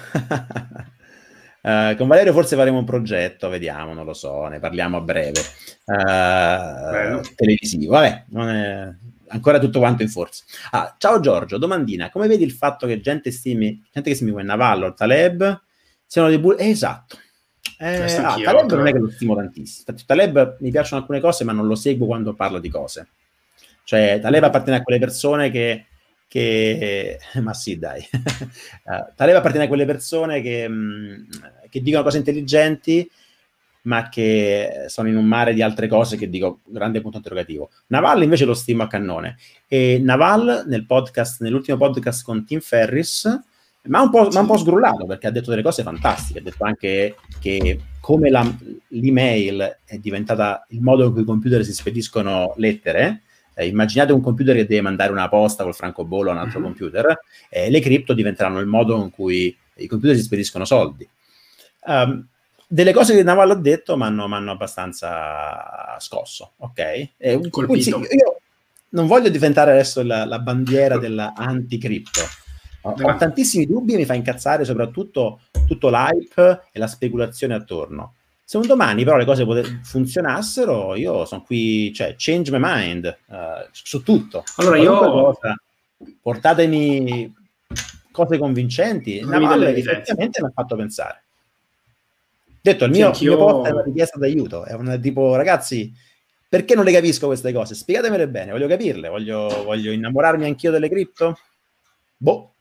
C: Con Valerio forse faremo un progetto, vediamo, non lo so, ne parliamo a breve. Televisivo, vabbè, non è ancora tutto quanto in forza. Ciao Giorgio, domandina, come vedi il fatto che gente che stimi come Navallo o Taleb siano dei esatto. Taleb non è che lo stimo tantissimo. Taleb mi piacciono alcune cose, ma non lo seguo quando parla di cose. Cioè, Taleb appartiene a quelle persone che ma sì, dai. Taleb appartiene a quelle persone che dicono cose intelligenti, ma che sono in un mare di altre cose che dico grande punto interrogativo. Naval invece lo stimo a cannone. E Naval nell'ultimo podcast con Tim Ferriss ma un po' sgrullato, perché ha detto delle cose fantastiche. Ha detto anche che come l'email è diventata il modo in cui i computer si spediscono lettere. Immaginate un computer che deve mandare una posta col francobollo a un altro computer, le cripto diventeranno il modo in cui i computer si spediscono soldi. Delle cose che Navallo ha detto mi hanno abbastanza scosso, ok?
B: Colpito.
C: Io non voglio diventare adesso la bandiera dell'anticripto. Ho tantissimi dubbi e mi fa incazzare soprattutto tutto l'hype e la speculazione attorno. Se un domani però le cose funzionassero, io sono qui, cioè, change my mind su tutto.
B: Allora
C: portatemi cose convincenti. Naval effettivamente mi ha fatto pensare. Detto, il mio post è una richiesta d'aiuto, è un tipo, ragazzi, perché non le capisco queste cose? Spiegatemele bene, voglio capirle, voglio innamorarmi anch'io delle cripto? Boh.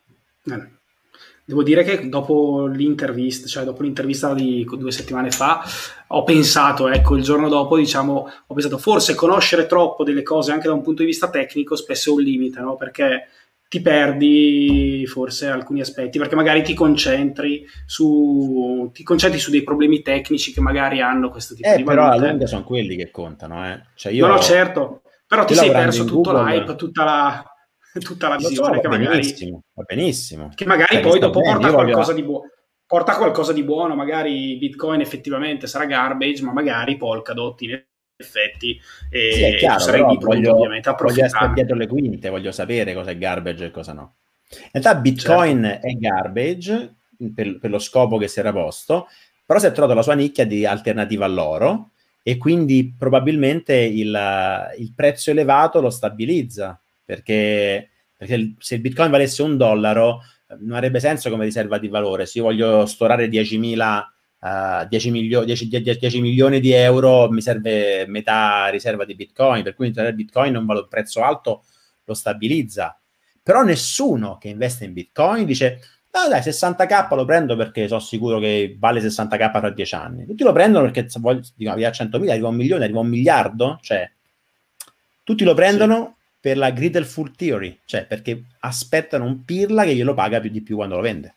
B: Devo dire che dopo l'intervista di 2 settimane fa, ho pensato, il giorno dopo, ho pensato forse conoscere troppo delle cose anche da un punto di vista tecnico spesso è un limite, no? Perché ti perdi forse alcuni aspetti, perché magari ti concentri su dei problemi tecnici che magari hanno questo tipo di valute.
C: Però alla lunga sono quelli che contano, Cioè io,
B: no, certo, però ti sei perso tutto l'hype, tutta la visione che magari
C: va benissimo.
B: Che magari poi dopo porta qualcosa di buono, magari Bitcoin effettivamente sarà garbage, ma magari Polkadot in effetti
C: è chiaro,
B: sarei lì pronto ovviamente a
C: voglio essere dietro le quinte, voglio sapere cosa è garbage e cosa no. In realtà Bitcoin è garbage per lo scopo che si era posto, però si è trovato la sua nicchia di alternativa all'oro e quindi probabilmente il prezzo elevato lo stabilizza, perché se il Bitcoin valesse $1 non avrebbe senso come riserva di valore. Se io voglio storare 10 milioni di euro, mi serve metà riserva di Bitcoin, per cui il Bitcoin non vale un prezzo alto, lo stabilizza. Però nessuno che investe in Bitcoin dice dai, 60k lo prendo perché sono sicuro che vale 60k tra 10 anni. Tutti lo prendono perché dicono via 100.000, arriva 1 milione, arriva 1 miliardo, cioè tutti lo prendono per la Greedful Theory, cioè perché aspettano un pirla che glielo paga di più quando lo vende.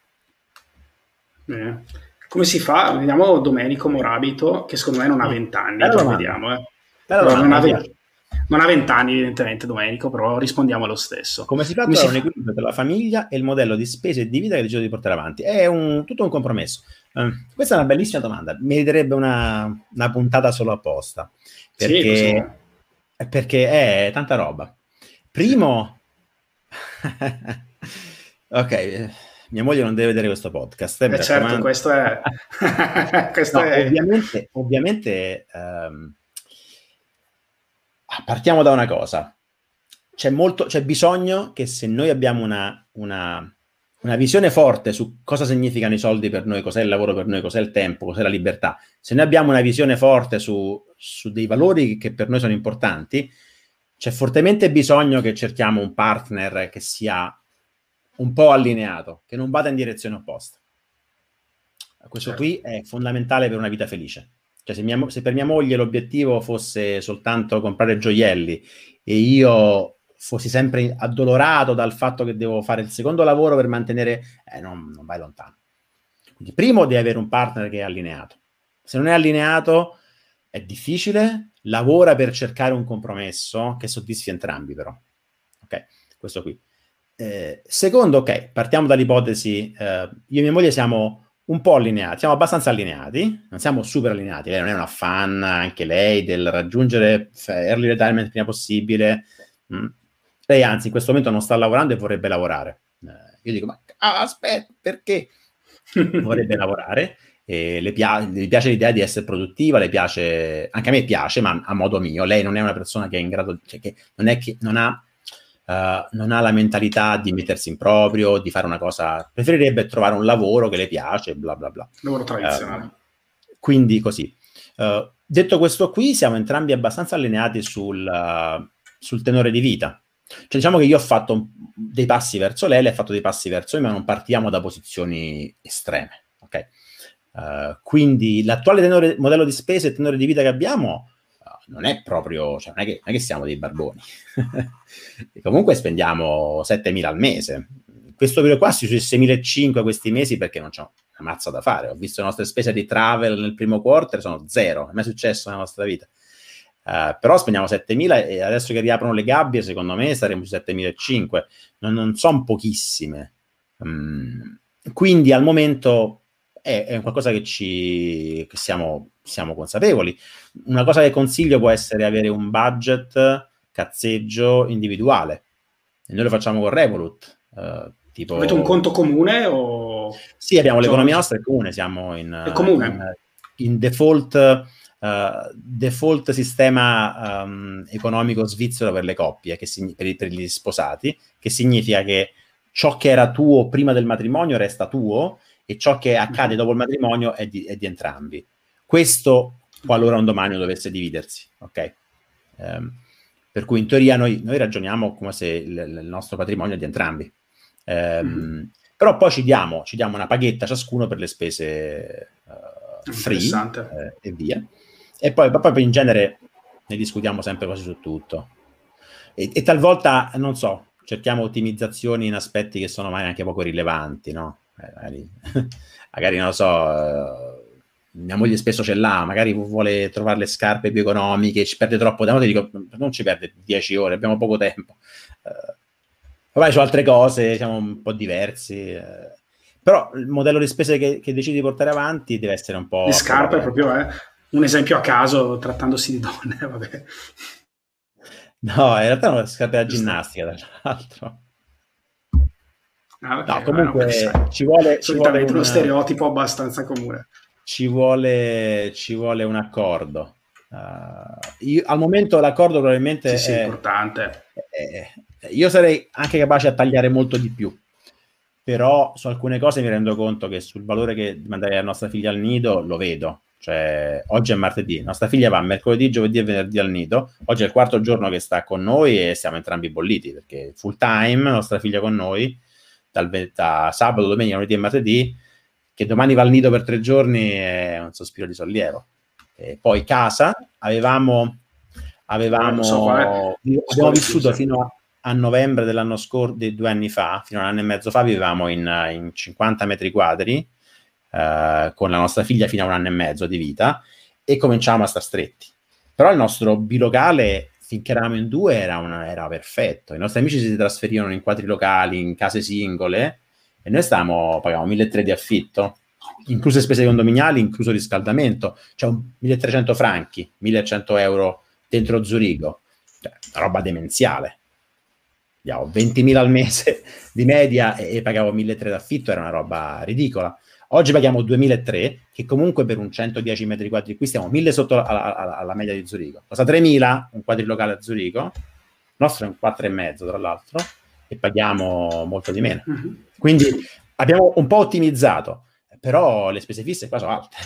B: Come si fa? Vediamo Domenico Morabito, che secondo me non ha 20 anni, vediamo. Non ha 20 anni evidentemente Domenico, però rispondiamo lo stesso.
C: Come si fa a trovare un equilibrio tra la famiglia e il modello di spese e di vita che decido di portare avanti? È tutto un compromesso. Questa è una bellissima domanda, meriterebbe una puntata solo apposta, perché è tanta roba. Primo, ok, mia moglie non deve vedere questo podcast.
B: Certo, questo è...
C: Ovviamente partiamo da una cosa. C'è bisogno che se noi abbiamo una visione forte su cosa significano i soldi per noi, cos'è il lavoro per noi, cos'è il tempo, cos'è la libertà, se noi abbiamo una visione forte su dei valori che per noi sono importanti, c'è fortemente bisogno che cerchiamo un partner che sia un po' allineato, che non vada in direzione opposta. Questo qui è fondamentale per una vita felice. Cioè, se per mia moglie l'obiettivo fosse soltanto comprare gioielli e io fossi sempre addolorato dal fatto che devo fare il secondo lavoro per mantenere, non vai lontano. Quindi primo devi avere un partner che è allineato. Se non è allineato è difficile, lavora per cercare un compromesso che soddisfi entrambi però. Ok, questo qui. Secondo, ok, partiamo dall'ipotesi, io e mia moglie siamo un po' allineati, siamo abbastanza allineati, non siamo super allineati, lei non è una fan, anche lei, del raggiungere early retirement il prima possibile. Lei anzi in questo momento non sta lavorando e vorrebbe lavorare. Io dico, ma aspetta, perché? Vorrebbe lavorare, e le piace l'idea di essere produttiva, le piace, anche a me piace, ma a modo mio. Lei non è una persona che è in grado, cioè che non ha la mentalità di mettersi in proprio, di fare una cosa, preferirebbe trovare un lavoro che le piace, bla bla bla.
B: Lavoro tradizionale.
C: Quindi così. Detto questo qui, siamo entrambi abbastanza allineati sul tenore di vita. Cioè, diciamo che io ho fatto dei passi verso lei ha fatto dei passi verso me, ma non partiamo da posizioni estreme, ok? Quindi l'attuale modello di spesa e tenore di vita che abbiamo non è proprio, cioè non è che siamo dei barboni. E comunque spendiamo 7.000 al mese. Questo periodo qua sui 6.500 questi mesi perché non c'è una mazza da fare. Ho visto le nostre spese di travel nel primo quarter sono zero, non è mai successo nella nostra vita. Però spendiamo 7.000 e adesso che riaprono le gabbie secondo me saremo su 7.500. Non sono pochissime. Quindi al momento è qualcosa che siamo consapevoli. Una cosa che consiglio può essere avere un budget cazzeggio individuale, e noi lo facciamo con Revolut. Tipo...
B: Avete un conto comune o...
C: Sì, abbiamo l'economia nostra è comune, siamo in default sistema economico svizzero per le coppie, per gli sposati, che significa che ciò che era tuo prima del matrimonio resta tuo e ciò che accade dopo il matrimonio è di entrambi. Questo qualora un domani dovesse dividersi, ok? Per cui in teoria noi ragioniamo come se il nostro patrimonio è di entrambi. Però poi ci diamo una paghetta ciascuno per le spese free e via. E poi in genere ne discutiamo sempre quasi su tutto. E talvolta, non so, cerchiamo ottimizzazioni in aspetti che sono magari anche poco rilevanti, no? Magari non lo so, mia moglie spesso ce l'ha, magari vuole trovare le scarpe più economiche, ci perde troppo tempo, ti dico, non ci perde 10 ore, abbiamo poco tempo. Vabbè, su altre cose siamo un po' diversi, però il modello di spese che decidi di portare avanti deve essere un po'...
B: Le scarpe proprio un esempio a caso, trattandosi di donne, vabbè.
C: No, in realtà non è scarpe da ginnastica, tra l'altro.
B: Okay,
C: no, comunque ci vuole
B: uno stereotipo abbastanza comune.
C: Ci vuole un accordo. Io, al momento l'accordo probabilmente
B: è importante.
C: Io sarei anche capace a tagliare molto di più, però su alcune cose mi rendo conto che sul valore che mandarei la nostra figlia al nido lo vedo. Cioè, oggi è martedì, nostra figlia va mercoledì, giovedì e venerdì al nido. Oggi è il 4º giorno che sta con noi e siamo entrambi bolliti perché full time, nostra figlia con noi da sabato, domenica, lunedì e martedì. Che domani va al nido per 3 giorni è un sospiro di sollievo. E poi casa, abbiamo vissuto fino a novembre dell'anno scorso, di 2 anni fa, fino a 1 anno e mezzo fa, vivevamo in 50 metri quadri con la nostra figlia fino a 1 anno e mezzo di vita e cominciavamo a star stretti. Però il nostro bilocale, finché eravamo in 2, era perfetto. I nostri amici si trasferivano in quadrilocali, in case singole, e noi pagavamo 1.300 di affitto, incluse spese condominiali, incluso riscaldamento, cioè 1.300 franchi, 1.100 euro dentro Zurigo, cioè una roba demenziale. Abbiamo 20.000 al mese di media e pagavo 1.300 d'affitto, era una roba ridicola. Oggi paghiamo 2.300, che comunque per un 110 metri quadri qui stiamo 1.000 sotto alla media di Zurigo. Costa 3.000 un quadrilocale a Zurigo, il nostro è un 4,5 tra l'altro, e paghiamo molto di meno. Quindi abbiamo un po' ottimizzato, però le spese fisse qua sono alte.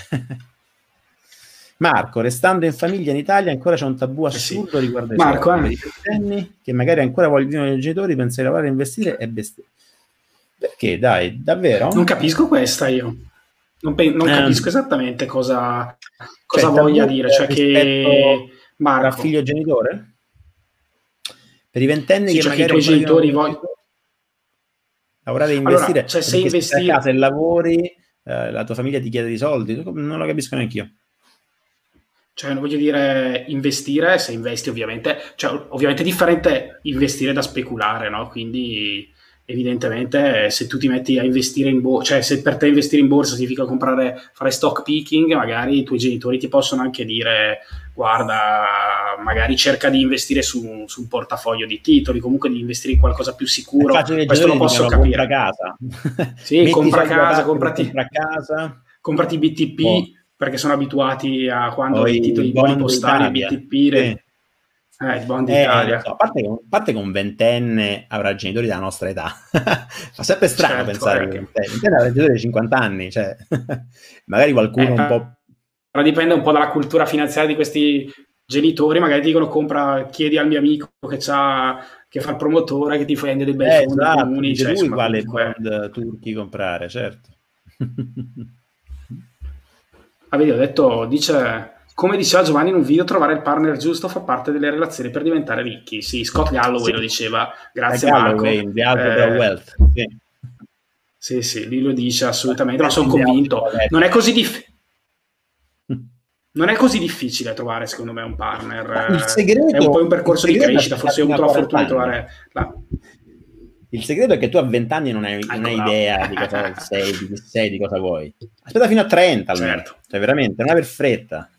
C: Marco, restando in famiglia in Italia ancora c'è un tabù assurdo riguardo ai soldi. Che magari ancora vogliono i genitori, pensare a lavorare e investire è bestia. Perché dai, davvero?
B: Non capisco questa io. Non capisco esattamente cosa voglia dire. Cioè che
C: Marco, tra figlio e genitore? Per i ventenni
B: Sì,
C: che
B: cioè che i
C: magari
B: tuoi genitori
C: lavorare e investire,
B: Allora, cioè se
C: perché stai a
B: investire...
C: casa e lavori, la tua famiglia ti chiede di soldi, non lo capisco neanche io.
B: Cioè, voglio dire, investire, se investi ovviamente, cioè ovviamente è differente investire da speculare, no? Quindi evidentemente se tu ti metti a investire in borsa, cioè se per te investire in borsa significa fare stock picking, magari i tuoi genitori ti possono anche dire guarda, magari cerca di investire su un portafoglio di titoli, comunque di investire in qualcosa più sicuro,
C: Infatti i
B: questo lo
C: genitori
B: posso
C: dicono compra
B: capire.
C: casa,
B: Sì,
C: metti i
B: compra
C: soldi da
B: casa,
C: parte per comprare casa,
B: comprati
C: o,
B: BTP perché sono abituati a
C: o
B: quando i
C: i
B: titoli, i buoni
C: bond
B: postali, il
C: Italia.
B: BTP,
C: Sì.
B: il bond
C: Lo
B: Italia.
C: so, a parte che un ventenne avrà genitori della nostra età. Fa sempre strano
B: Certo,
C: pensare che un ventenne avrà genitori di 50 anni, cioè magari qualcuno un po'...
B: però dipende un po' dalla cultura finanziaria di questi genitori, magari ti dicono chiedi al mio amico che fa il promotore, che ti vende dei bei fondi
C: esatto,
B: comuni,
C: dice
B: cioè
C: lui
B: insomma
C: quale
B: comunque...
C: bond turchi comprare, certo.
B: Ah, vedi, ho detto, come diceva Giovanni in un video, trovare il partner giusto fa parte delle relazioni per diventare ricchi. Sì, Scott Galloway
C: Sì,
B: lo diceva,
C: da
B: grazie
C: Galloway,
B: Marco.
C: The Algebra of Wealth. Sì.
B: Sì, lui lo dice assolutamente, ma sono
C: The Algebra
B: convinto.
C: of
B: Non è
C: Ethics.
B: così, non è così difficile trovare, secondo me, un
C: Ma il
B: partner. È un po'
C: segreto,
B: un percorso di
C: è
B: crescita.
C: aspettar
B: Forse ho
C: fino a
B: avuto la
C: 40
B: fortuna di
C: anni.
B: trovare la...
C: Il segreto è che tu a 20 anni non hai
B: Ecco, bravo.
C: idea di cosa sei, di chi sei, di cosa vuoi. Aspetta fino a 30 almeno.
B: Certo.
C: Cioè, veramente, non aver fretta.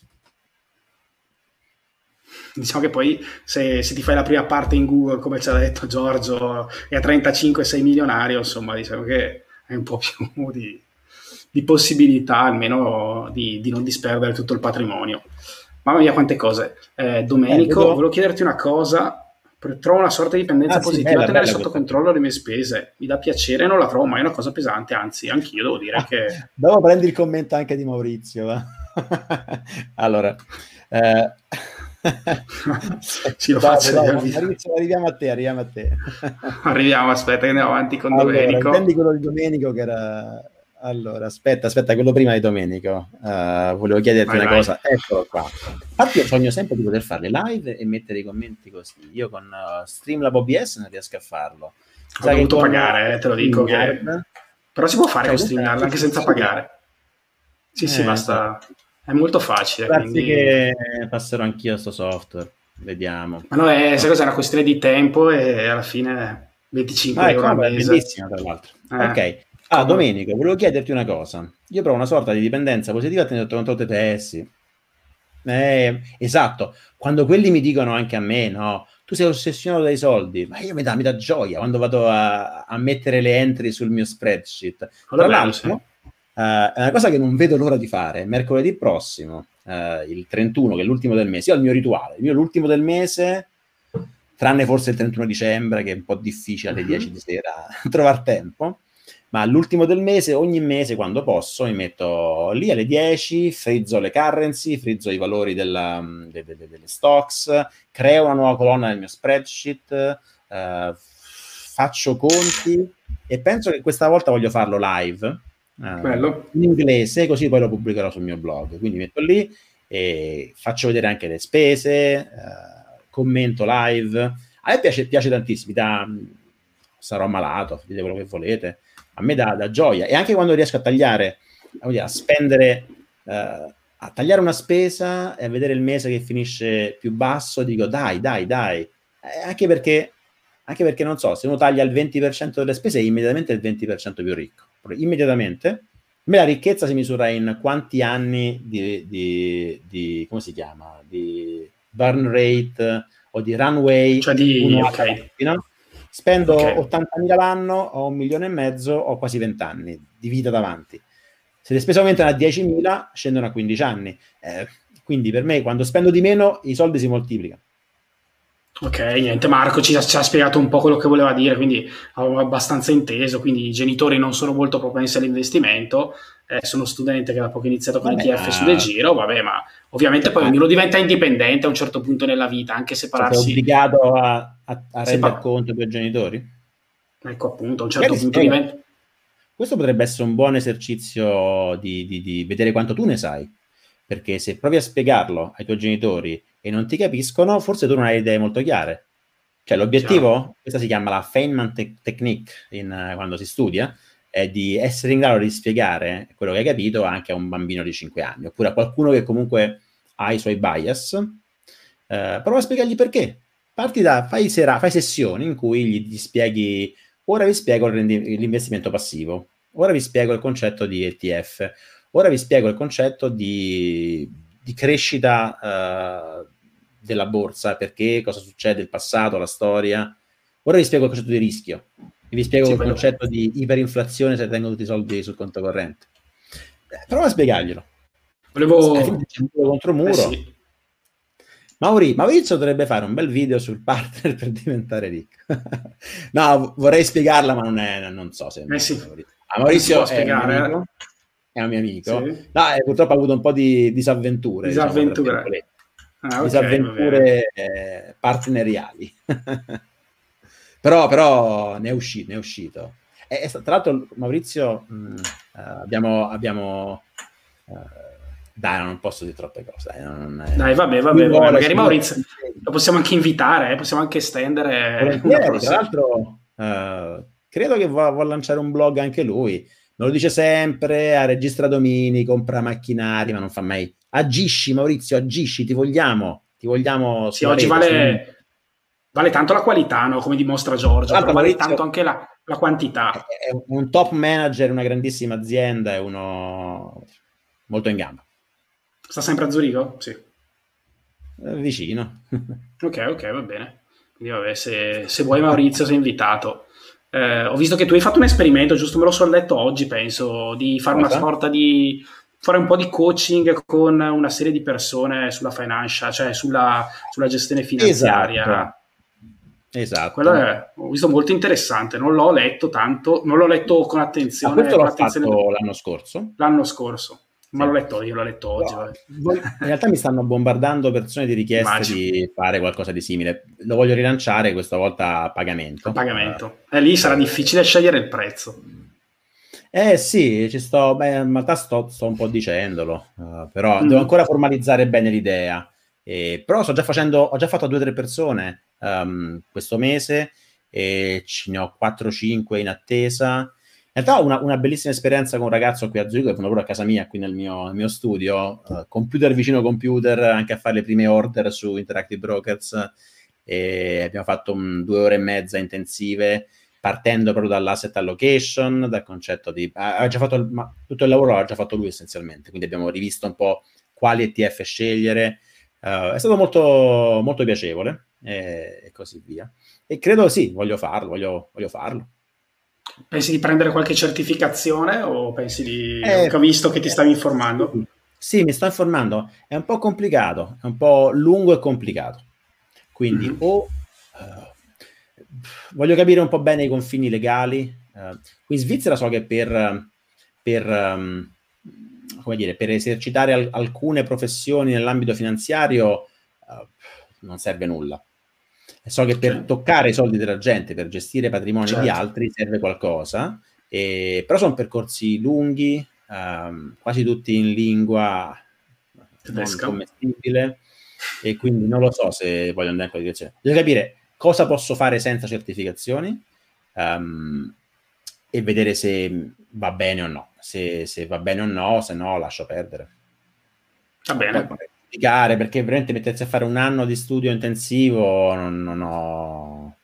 B: Diciamo che poi se ti fai la prima parte in Google, come ci ha detto Giorgio, e a 35 sei milionario, insomma, diciamo che hai un po' più di possibilità, almeno di non disperdere tutto il patrimonio. Mamma mia, quante cose. Domenico,
C: Vedo...
B: volevo chiederti una cosa. Trovo una sorta di dipendenza
C: Ah sì,
B: positiva a
C: bella,
B: tenere
C: bella
B: sotto
C: questa.
B: controllo le mie spese. Mi dà piacere, non la trovo mai una cosa pesante, anzi, anch'io devo dire che...
C: Dopo prendi il commento anche di Maurizio. Va? Allora...
B: Sì, lo faccio.
C: Maurizio, arriviamo a te.
B: Arriviamo, aspetta che andiamo avanti con
C: allora,
B: Domenico.
C: prendi quello di Domenico che era... Allora, aspetta, quello prima di Domenico. Volevo chiederti una cosa. Eccolo qua. Infatti io sogno sempre di poter fare le live e mettere i commenti così. Io con Streamlab OBS non riesco a farlo.
B: Ho dovuto pagare, te lo dico. Che... Però si può fare con StreamYard anche senza pagare. Sì, basta. È molto facile.
C: Grazie
B: quindi...
C: che passerò anch'io a sto software. Vediamo.
B: Ma no, sai cos'è? È una questione di tempo e alla fine 25 euro al mese.
C: È bellissimo, tra l'altro. Ok. Domenico, volevo chiederti una cosa. Io provo una sorta di dipendenza positiva a tenere sotto controllo TPS. Esatto. Quando quelli mi dicono anche a me, no, tu sei ossessionato dai soldi, ma io mi dà gioia quando vado a mettere le entry sul mio spreadsheet. Tra l'altro, è una cosa che non vedo l'ora di fare. Mercoledì prossimo, il 31, che è l'ultimo del mese, io ho il mio rituale. L'ultimo del mese, tranne forse il 31 dicembre, che è un po' difficile alle 10 di sera trovare tempo. Ma all'ultimo del mese, ogni mese, quando posso, mi metto lì alle 10, frizzo le currency, frizzo i valori delle stocks, creo una nuova colonna nel mio spreadsheet, faccio conti e penso che questa volta voglio farlo live, in inglese, così poi lo pubblicherò sul mio blog. Quindi metto lì e faccio vedere anche le spese, commento live. A me piace tantissimo, sarò malato, dite quello che volete. A me dà gioia, e anche quando riesco a tagliare, a spendere, a tagliare una spesa e a vedere il mese che finisce più basso, dico dai, anche perché non so, se uno taglia il 20% delle spese è immediatamente il 20% più ricco, immediatamente. A me la ricchezza si misura in quanti anni di come si chiama, di burn rate o di runway,
B: cioè
C: no? Spendo 80.000 l'anno, ho 1,5 milioni, ho quasi 20 anni di vita davanti. Se le spese aumentano a 10.000, scendono a 15 anni. Quindi per me, quando spendo di meno, i soldi si moltiplicano.
B: Ok, niente, Marco ci ha spiegato un po' quello che voleva dire, quindi avevo abbastanza inteso, quindi i genitori non sono molto propensi all'investimento, sono studente che da poco ha iniziato con l'ETF sul giro, ma ovviamente poi ognuno diventa indipendente a un certo punto nella vita, anche separarsi...
C: Sei obbligato a rendere conto dei tuoi genitori?
B: Ecco, appunto, a un certo punto diventa...
C: Questo potrebbe essere un buon esercizio di vedere quanto tu ne sai, perché se provi a spiegarlo ai tuoi genitori e non ti capiscono, forse tu non hai idee molto chiare. Cioè l'obiettivo, questa si chiama la Feynman technique quando si studia, è di essere in grado di spiegare quello che hai capito anche a un bambino di 5 anni, oppure a qualcuno che comunque ha i suoi bias. Prova a spiegargli perché. Fai sessioni in cui gli spieghi, ora vi spiego l'investimento passivo, ora vi spiego il concetto di ETF, ora vi spiego il concetto di crescita della borsa, perché cosa succede, il passato, la storia. Ora vi spiego il concetto di rischio, e vi spiego il concetto di iperinflazione se tengo tutti i soldi sul conto corrente. Prova a spiegarglielo.
B: Volevo
C: contro muro.
B: sì.
C: Maurizio dovrebbe fare un bel video sul partner per diventare ricco. No, vorrei spiegarla, ma non so se
B: sì.
C: Maurizio è un mio amico. Sì. No, purtroppo ha avuto un po' di disavventure. Disavventure partneriali. però ne è uscito. Tra l'altro Maurizio abbiamo dai, non posso dire troppe cose.
B: Dai, vabbè. Magari Maurizio lo possiamo anche invitare, possiamo anche estendere.
C: Tra l'altro, credo che vuol lanciare un blog anche lui. Me lo dice sempre, registra domini, compra macchinari, ma non fa mai. Agisci, Maurizio, agisci, ti vogliamo.
B: Sì, oggi vale tanto la qualità, no? Come dimostra Giorgio, però vale tanto anche la quantità.
C: È un top manager, una grandissima azienda, è uno molto in gamba.
B: Sta sempre a Zurigo? Sì.
C: Vicino.
B: Ok, va bene. Quindi vabbè, se vuoi Maurizio sei invitato. Ho visto che tu hai fatto un esperimento, giusto? Me lo sono letto oggi, penso, di fare una sorta di... fare un po' di coaching con una serie di persone sulla financial, cioè sulla gestione finanziaria.
C: Esatto.
B: Quello ho visto molto interessante, non l'ho letto tanto, non l'ho letto con attenzione.
C: Questo l'ho fatto l'anno scorso.
B: Ma l'ho letto oggi.
C: In realtà mi stanno bombardando persone di richieste di fare qualcosa di simile. Lo voglio rilanciare questa volta a pagamento.
B: Lì sarà difficile scegliere il prezzo.
C: Sì, ci sto. In realtà sto un po' dicendolo, però devo ancora formalizzare bene l'idea. Però ho già fatto a 2 o 3 persone questo mese e ce ne ho 4 o 5 in attesa. In realtà una bellissima esperienza con un ragazzo qui a Zurigo, che fa lavoro a casa mia, qui nel mio studio, computer vicino computer, anche a fare le prime order su Interactive Brokers, e abbiamo fatto 2 ore e mezza intensive, partendo proprio dall'asset allocation, dal concetto di... tutto il lavoro l'ha già fatto lui essenzialmente, quindi abbiamo rivisto un po' quali ETF scegliere, è stato molto, molto piacevole, e così via. E credo voglio farlo.
B: Pensi di prendere qualche certificazione o pensi di... ho visto che ti stavi informando?
C: Sì, mi sto informando. È un po' complicato, è un po' lungo e complicato. Quindi voglio capire un po' bene i confini legali. Qui in Svizzera so che per esercitare alcune professioni nell'ambito finanziario non serve nulla. So che per toccare i soldi della gente, per gestire patrimoni di altri, serve qualcosa, però sono percorsi lunghi, quasi tutti in lingua non commestibile, e quindi non lo so se voglio andare in quella direzione. Devo capire cosa posso fare senza certificazioni e vedere se va bene o no. Se va bene o no, se no lascio perdere.
B: Va bene.
C: Perché veramente mettersi a fare un anno di studio intensivo non ho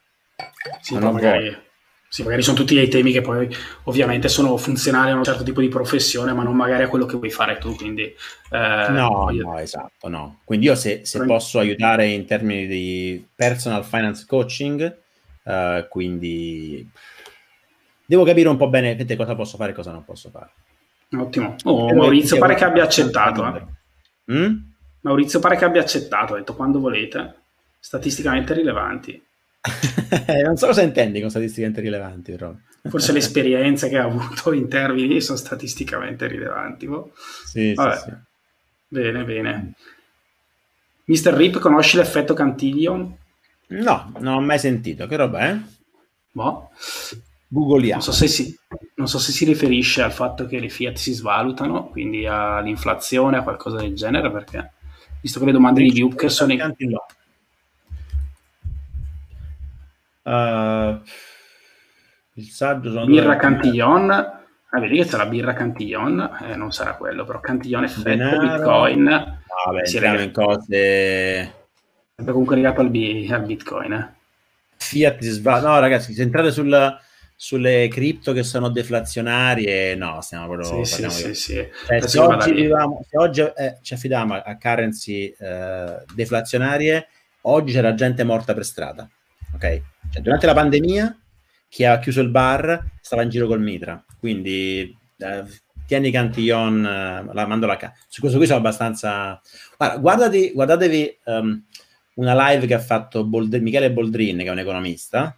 B: magari sono tutti dei temi che poi ovviamente sono funzionali a un certo tipo di professione, ma non magari a quello che vuoi fare tu, quindi
C: esatto, no. Quindi io se posso aiutare in termini di personal finance coaching, quindi devo capire un po' bene cosa posso fare e cosa non posso fare.
B: Ottimo. Maurizio pare che abbia accettato. Maurizio pare che abbia accettato, ha detto quando volete, statisticamente rilevanti.
C: Non so cosa intendi con statisticamente rilevanti, però.
B: Forse le esperienze che ha avuto in termini sono statisticamente rilevanti.
C: Sì.
B: Bene. Mr. Rip, conosci l'effetto Cantillon?
C: No, non ho mai sentito. Che roba è?
B: Googleiamo. Non so se si riferisce al fatto che le fiat si svalutano, quindi all'inflazione, a qualcosa del genere, perché visto che le domande di Luke sono...
C: Il saggio sono
B: Birra Cantillon. Vedi che c'è la birra Cantillon, non sarà quello, però Cantillon effetto
C: denaro.
B: Bitcoin.
C: Vabbè,
B: Sì,
C: entriamo in cose.
B: sempre comunque legato al Bitcoin.
C: Fiat no ragazzi, se entrate sulle cripto che sono deflazionarie, no, stiamo proprio
B: Sì.
C: Cioè, se oggi ci affidiamo a currency deflazionarie, oggi c'era gente morta per strada, ok? Cioè, durante la pandemia chi ha chiuso il bar stava in giro col mitra, quindi tieni Cantillon, la mando la su questo qui sono abbastanza. Guarda, guardatevi una live che ha fatto Michele Boldrin, che è un economista,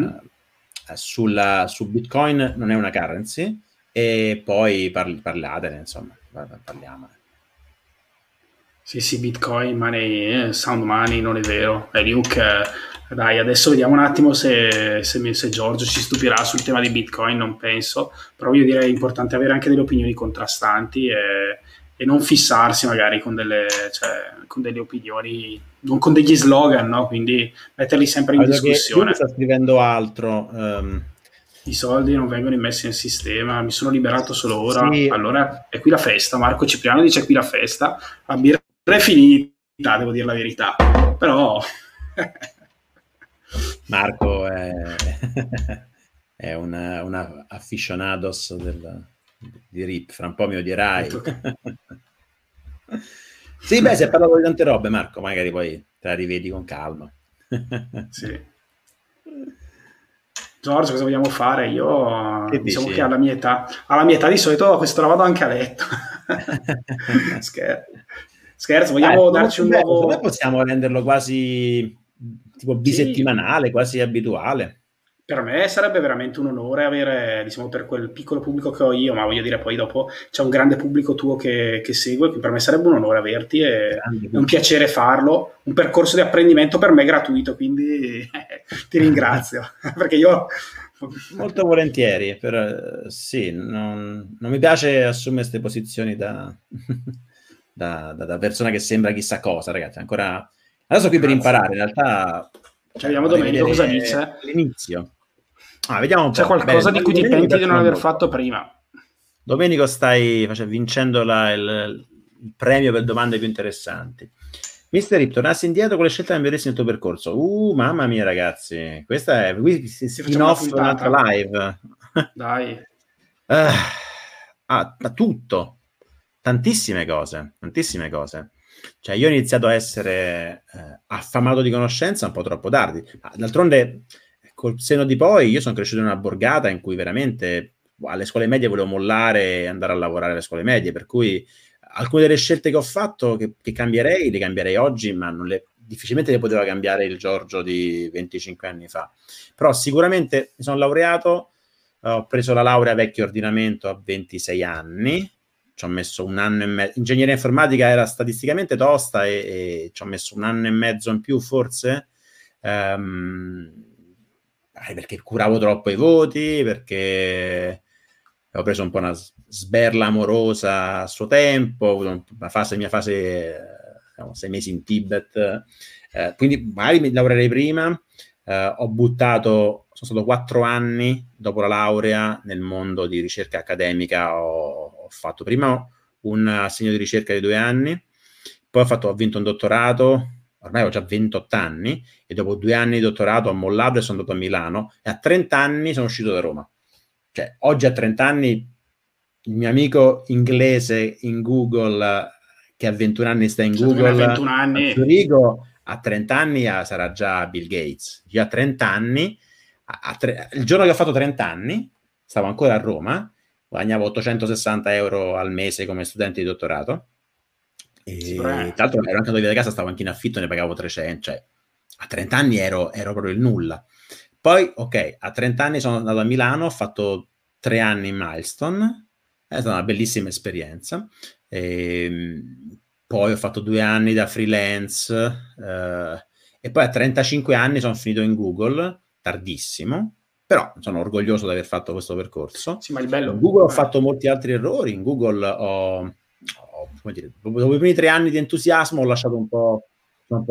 C: su Bitcoin non è una currency, e poi parlatene, insomma, parliamo.
B: Sì, Bitcoin, money, sound money, non è vero. Luke, dai, adesso vediamo un attimo se Giorgio ci stupirà sul tema di Bitcoin, non penso, però io direi è importante avere anche delle opinioni contrastanti e non fissarsi magari con delle opinioni, non con degli slogan, no? Quindi metterli sempre in discussione.
C: Sta scrivendo altro.
B: I soldi non vengono immessi nel sistema, mi sono liberato solo ora.
C: Sì.
B: Allora è qui la festa. Marco Cipriano dice qui la festa. La birra è finita, devo dire la verità. Però
C: Marco è una aficionados di RIP, fra un po' mi odierai. Sì, beh, si è parlato di tante robe, Marco, magari poi te la rivedi con calma.
B: Sì. Giorgio, cosa vogliamo fare? Io diciamo che alla mia età di solito questo la vado anche a letto. Scherzo, vogliamo darci un nuovo.
C: Noi possiamo renderlo quasi tipo bisettimanale, quasi abituale.
B: Per me sarebbe veramente un onore avere, diciamo, per quel piccolo pubblico che ho io, ma voglio dire, poi dopo c'è un grande pubblico tuo che segue, per me sarebbe un onore averti e è un piacere farlo, un percorso di apprendimento per me gratuito, quindi ti ringrazio, perché io...
C: Molto volentieri, però sì, non mi piace assumere queste posizioni da persona che sembra chissà cosa, ragazzi, ancora... Adesso qui per imparare, in realtà...
B: Vediamo Domenico cosa dice.
C: L'inizio. Vediamo un po'.
B: C'è qualcosa di cui ti penti di non aver fatto prima?
C: Domenico, stai vincendo il premio per domande più interessanti. Mister Rip, tornassi indietro con le scelte che migliorassi nel tuo percorso. Mamma mia, ragazzi, questa è qui si spin-off un'altra live.
B: Dai.
C: Tutto. Tantissime cose. Cioè, io ho iniziato a essere affamato di conoscenza un po' troppo tardi. D'altronde, col seno di poi, io sono cresciuto in una borgata in cui veramente alle scuole medie volevo mollare e andare a lavorare alle scuole medie, per cui alcune delle scelte che ho fatto che cambierei, le cambierei oggi, ma difficilmente le poteva cambiare il Giorgio di 25 anni fa. Però sicuramente mi sono laureato, ho preso la laurea vecchio ordinamento a 26 anni, ci ho messo un anno e mezzo. Ingegneria informatica era statisticamente tosta e ci ho messo un anno e mezzo in più forse, perché curavo troppo i voti, perché ho preso un po' una sberla amorosa a suo tempo, ho avuto mia fase 6 mesi in Tibet, quindi magari mi lavorerei prima. Sono stato 4 anni dopo la laurea nel mondo di ricerca accademica. Ho fatto prima un assegno di ricerca di 2 anni, poi ho vinto un dottorato, ormai ho già 28 anni, e dopo 2 anni di dottorato ho mollato e sono andato a Milano, e a 30 anni sono uscito da Roma. Cioè, oggi a 30 anni il mio amico inglese in Google, che a 21 anni sta in Google,
B: 21 anni.
C: a Zurigo, a 30 anni sarà già Bill Gates. Io a 30 anni, il giorno che ho fatto 30 anni, stavo ancora a Roma, guadagnavo 860 euro al mese come studente di dottorato, e tra l'altro ero anche andato via da casa, stavo anche in affitto, ne pagavo 300, cioè a 30 anni ero proprio il nulla. Poi, ok, a 30 anni sono andato a Milano, ho fatto 3 anni in Milestone, è stata una bellissima esperienza. Poi ho fatto 2 anni da freelance, e poi a 35 anni sono finito in Google, tardissimo, però sono orgoglioso di aver fatto questo percorso.
B: Sì, ma il bello...
C: In Google ho fatto molti altri errori, in Google come dire, dopo i primi 3 anni di entusiasmo ho lasciato un po'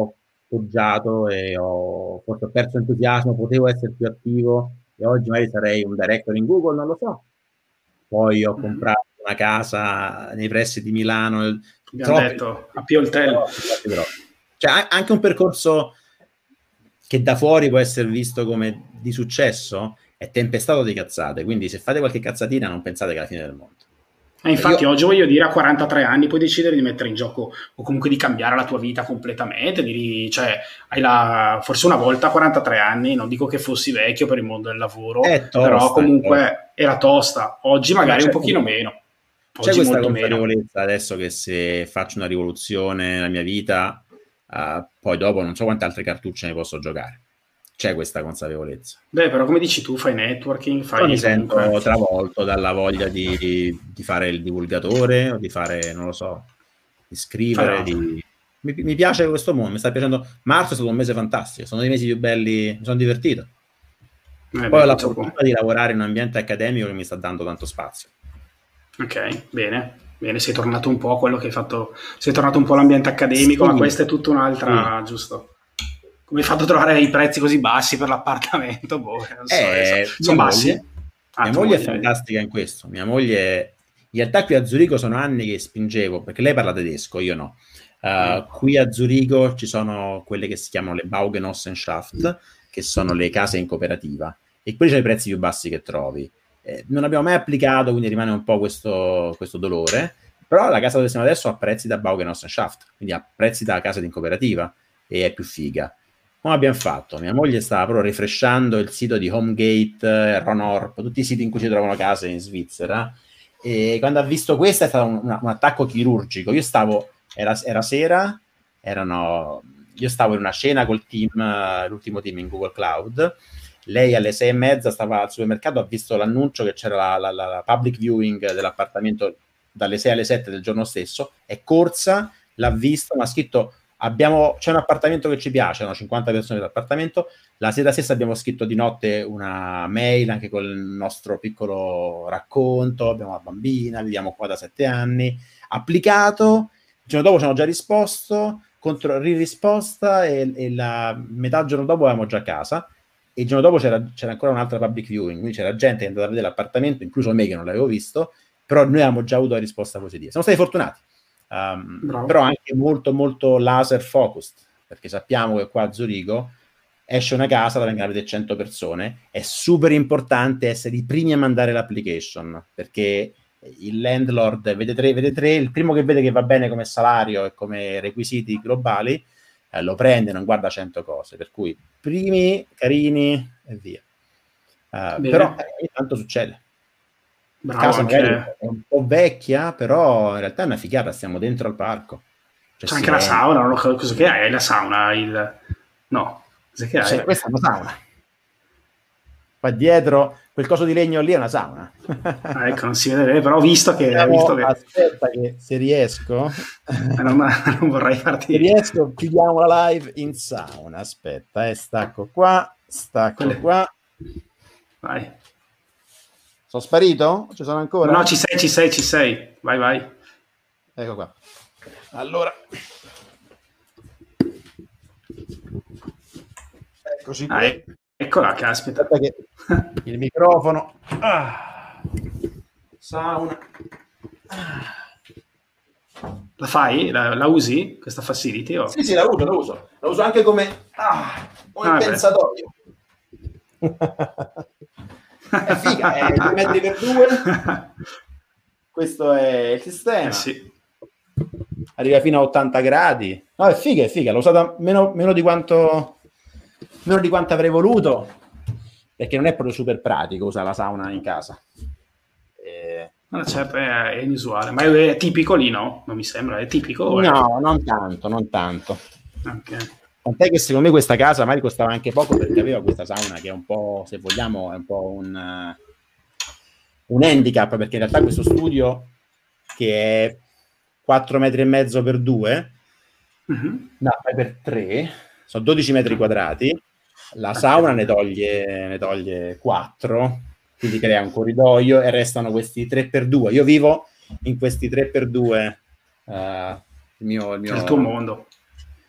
C: poggiato e forse ho perso entusiasmo, potevo essere più attivo e oggi magari sarei un director in Google, non lo so. Poi ho comprato una casa nei pressi di Milano,
B: abbiamo detto a Pioltello.
C: Cioè anche un percorso che da fuori può essere visto come di successo è tempestato di cazzate, quindi se fate qualche cazzatina non pensate che è la fine del mondo.
B: Infatti oggi voglio dire, a 43 anni puoi decidere di mettere in gioco o comunque di cambiare la tua vita completamente, cioè forse una volta a 43 anni, non dico che fossi vecchio per il mondo del lavoro, però comunque era tosta, oggi magari un pochino meno.
C: C'è questa consapevolezza adesso che se faccio una rivoluzione nella mia vita, poi dopo non so quante altre cartucce ne posso giocare. C'è questa consapevolezza.
B: Beh, però come dici tu, fai networking,
C: mi sento travolto dalla voglia di fare il divulgatore o di fare, non lo so, di scrivere. Mi piace questo mondo, mi sta piacendo. Marzo è stato un mese fantastico, sono dei mesi più belli, mi sono divertito. Poi ho la fortuna di lavorare in un ambiente accademico che mi sta dando tanto spazio.
B: Ok, bene, sei tornato un po' a quello che hai fatto, sei tornato un po' all'ambiente accademico, sì, ma questa è tutta un'altra, sì. Giusto? Come hai fatto a trovare i prezzi così bassi per l'appartamento? Boh, non so, sono bassi.
C: Mia moglie è fantastica in questo. Mia moglie, in realtà qui a Zurigo sono anni che spingevo, perché lei parla tedesco, io no. Qui a Zurigo ci sono quelle che si chiamano le Baugenossenschaft, che sono le case in cooperativa, e quelli sono i prezzi più bassi che trovi. Non abbiamo mai applicato, quindi rimane un po' questo dolore, però la casa dove siamo adesso ha prezzi da Baugenossenschaft, quindi ha prezzi da casa in cooperativa e è più figa. Come abbiamo fatto? Mia moglie stava proprio refreshando il sito di Homegate, Ronorp, tutti i siti in cui si trovano case in Svizzera, e quando ha visto questo è stato un attacco chirurgico. Io stavo, era sera, io stavo in una cena col team, l'ultimo team in Google Cloud. Lei alle 6:30 stava al supermercato, ha visto l'annuncio che c'era la public viewing dell'appartamento dalle 6 alle 7 del giorno stesso, è corsa, l'ha visto, mi ha scritto c'è un appartamento che ci piace, erano 50 persone dell'appartamento, la sera stessa abbiamo scritto di notte una mail anche con il nostro piccolo racconto, abbiamo una bambina, viviamo qua da 7 anni, applicato, il giorno dopo ci hanno già risposto, risposta e la metà giorno dopo avevamo già casa. E il giorno dopo c'era ancora un'altra public viewing, quindi c'era gente che è andata a vedere l'appartamento, incluso me che non l'avevo visto, però noi avevamo già avuto la risposta positiva. Siamo stati fortunati, però anche molto molto laser focused, perché sappiamo che qua a Zurigo esce una casa, la vengono a vedere 100 persone, è super importante essere i primi a mandare l'application, perché il landlord vede tre, il primo che vede che va bene come salario e come requisiti globali, lo prende, non guarda 100 cose, per cui primi, carini e via. Però ogni tanto succede.
B: Bravo,
C: casa magari è un po' vecchia, però in realtà è una figata, stiamo dentro al parco.
B: C'è anche la sauna, non lo so, cosa che hai? La sauna? No, cosa che hai?
C: Sì, questa è una sauna. Qua dietro, quel coso di legno lì è una sauna.
B: Ecco, non si vede, però visto che...
C: Aspetta che se riesco...
B: non vorrei farti...
C: Se riesco, chiudiamo la live in sauna. Aspetta, stacco qua.
B: Vai.
C: Sono sparito? Ci sono ancora?
B: No, ci sei. Vai.
C: Ecco qua. Allora... Eccoci qui.
B: Eccola, caspita.
C: Che il microfono. Sauna.
B: La fai? La usi questa facility? O?
C: Sì, la uso. La uso anche come un pensatoio. È figa, è 2 metri per 2. Questo è il sistema.
B: Sì.
C: Arriva fino a 80 gradi. No, è figa. L'ho usata meno di quanto avrei voluto, perché non è proprio super pratico usare la sauna in casa.
B: Certo, è inusuale, ma è tipico lì, no? Non mi sembra, è tipico?
C: No, non tanto.
B: Okay.
C: Tant'è che secondo me questa casa magari costava anche poco, perché aveva questa sauna che è un po', se vogliamo, è un po' un handicap, perché in realtà questo studio, che è 4,5 metri per 2, no, per 3, sono 12 metri quadrati, la sauna ne toglie 4, quindi crea un corridoio e restano questi 3x2. Io vivo in questi 3x2,
B: il tuo mondo.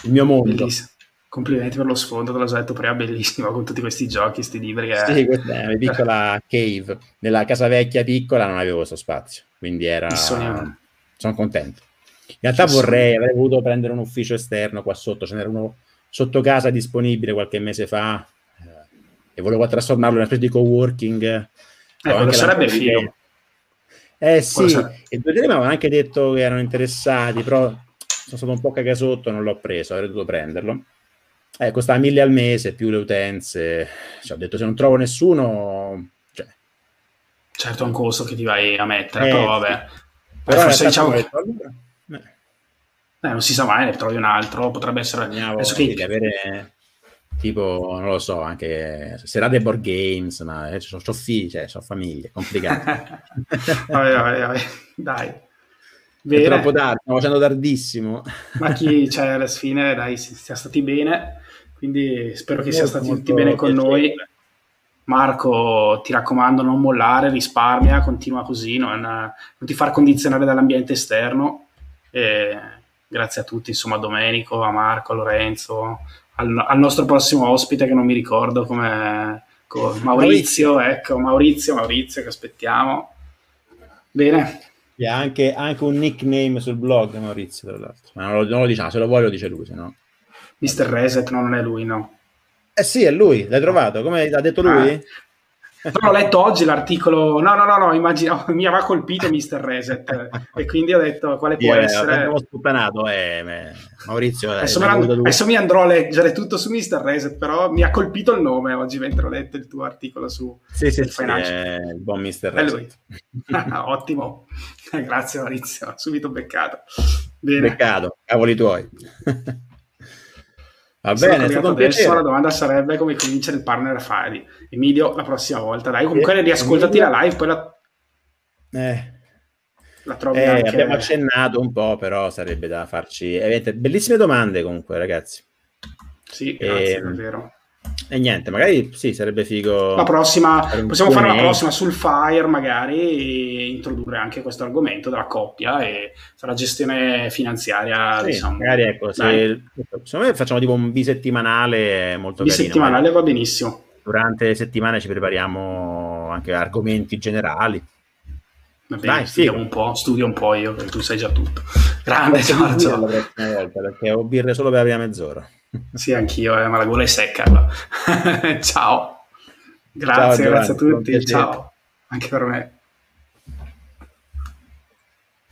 C: il mio mondo.
B: Bellissimo. Complimenti per lo sfondo, te l'ho già detto prima, bellissimo, con tutti questi giochi, questi libri che...
C: Sì, questa è una piccola cave. Nella casa vecchia piccola non avevo questo spazio, quindi sono contento. In realtà avrei voluto prendere un ufficio esterno qua sotto, ce n'era uno sotto casa disponibile qualche mese fa e volevo trasformarlo in una specie di coworking.
B: Quello sarebbe figo.
C: Sì, e due mi avevano anche detto che erano interessati, però sono stato un po' cagasotto, non l'ho preso, avrei dovuto prenderlo. Costava 1.000 al mese più le utenze. Ho detto, se non trovo nessuno, cioè...
B: certo è un costo che ti vai a mettere, però vabbè.
C: Però
B: forse diciamo che non si sa mai, ne trovi un altro, potrebbe essere
C: di avere tipo, non lo so, anche serate board games, ma ho figli, ho famiglie, complicato.
B: vabbè, dai.
C: Bene. È troppo tardi, stiamo facendo tardissimo.
B: Ma chi, alla fine, dai, siamo stati bene, quindi spero che siano stati tutti bene con noi. Marco, ti raccomando, non mollare, risparmia, continua così, non ti far condizionare dall'ambiente esterno. Grazie a tutti, insomma, a Domenico, a Marco, a Lorenzo, al nostro prossimo ospite che non mi ricordo come Maurizio, ecco, Maurizio che aspettiamo. Bene.
C: Ha anche un nickname sul blog, Maurizio, tra l'altro. Ma non lo diciamo, se lo vuoi lo dice lui, se no.
B: Mr. Reset, no, non è lui, no.
C: Sì, è lui, l'hai trovato, come l'ha detto lui?
B: Però ho letto oggi l'articolo, no, immagino, mi aveva colpito Mr. Reset e quindi ho detto quale può essere.
C: Abbiamo sputtanato, Maurizio.
B: Adesso mi andrò a leggere tutto su Mr. Reset, però mi ha colpito il nome oggi mentre ho letto il tuo articolo su
C: Financial. Il buon Mr. Reset.
B: Ottimo, grazie Maurizio, subito beccato. Bene.
C: Beccato, cavoli tuoi. Va bene, è stato un piacere.
B: La domanda sarebbe come convincere il partner a farli. Emilio, la prossima volta, dai, comunque riascoltati la live, poi la trovi anche...
C: Abbiamo accennato un po', però sarebbe da farci... bellissime domande comunque, ragazzi.
B: Sì, grazie, davvero.
C: E niente, magari sì, sarebbe figo.
B: La prossima, possiamo fare la prossima sul FIRE, magari, e introdurre anche questo argomento della coppia e la gestione finanziaria.
C: Sì,
B: diciamo.
C: Magari secondo me facciamo tipo un bisettimanale molto carino.
B: Bisettimanale va benissimo.
C: Durante le settimane ci prepariamo anche argomenti generali.
B: Va bene, studio un po' io, perché tu sai già tutto. Grande Giorgio.
C: La prossima volta, perché ho birre solo per la prima mezz'ora.
B: Sì, anch'io, ma la gola è secca. Allora. Ciao. Grazie a tutti. Ciao. Anche per me.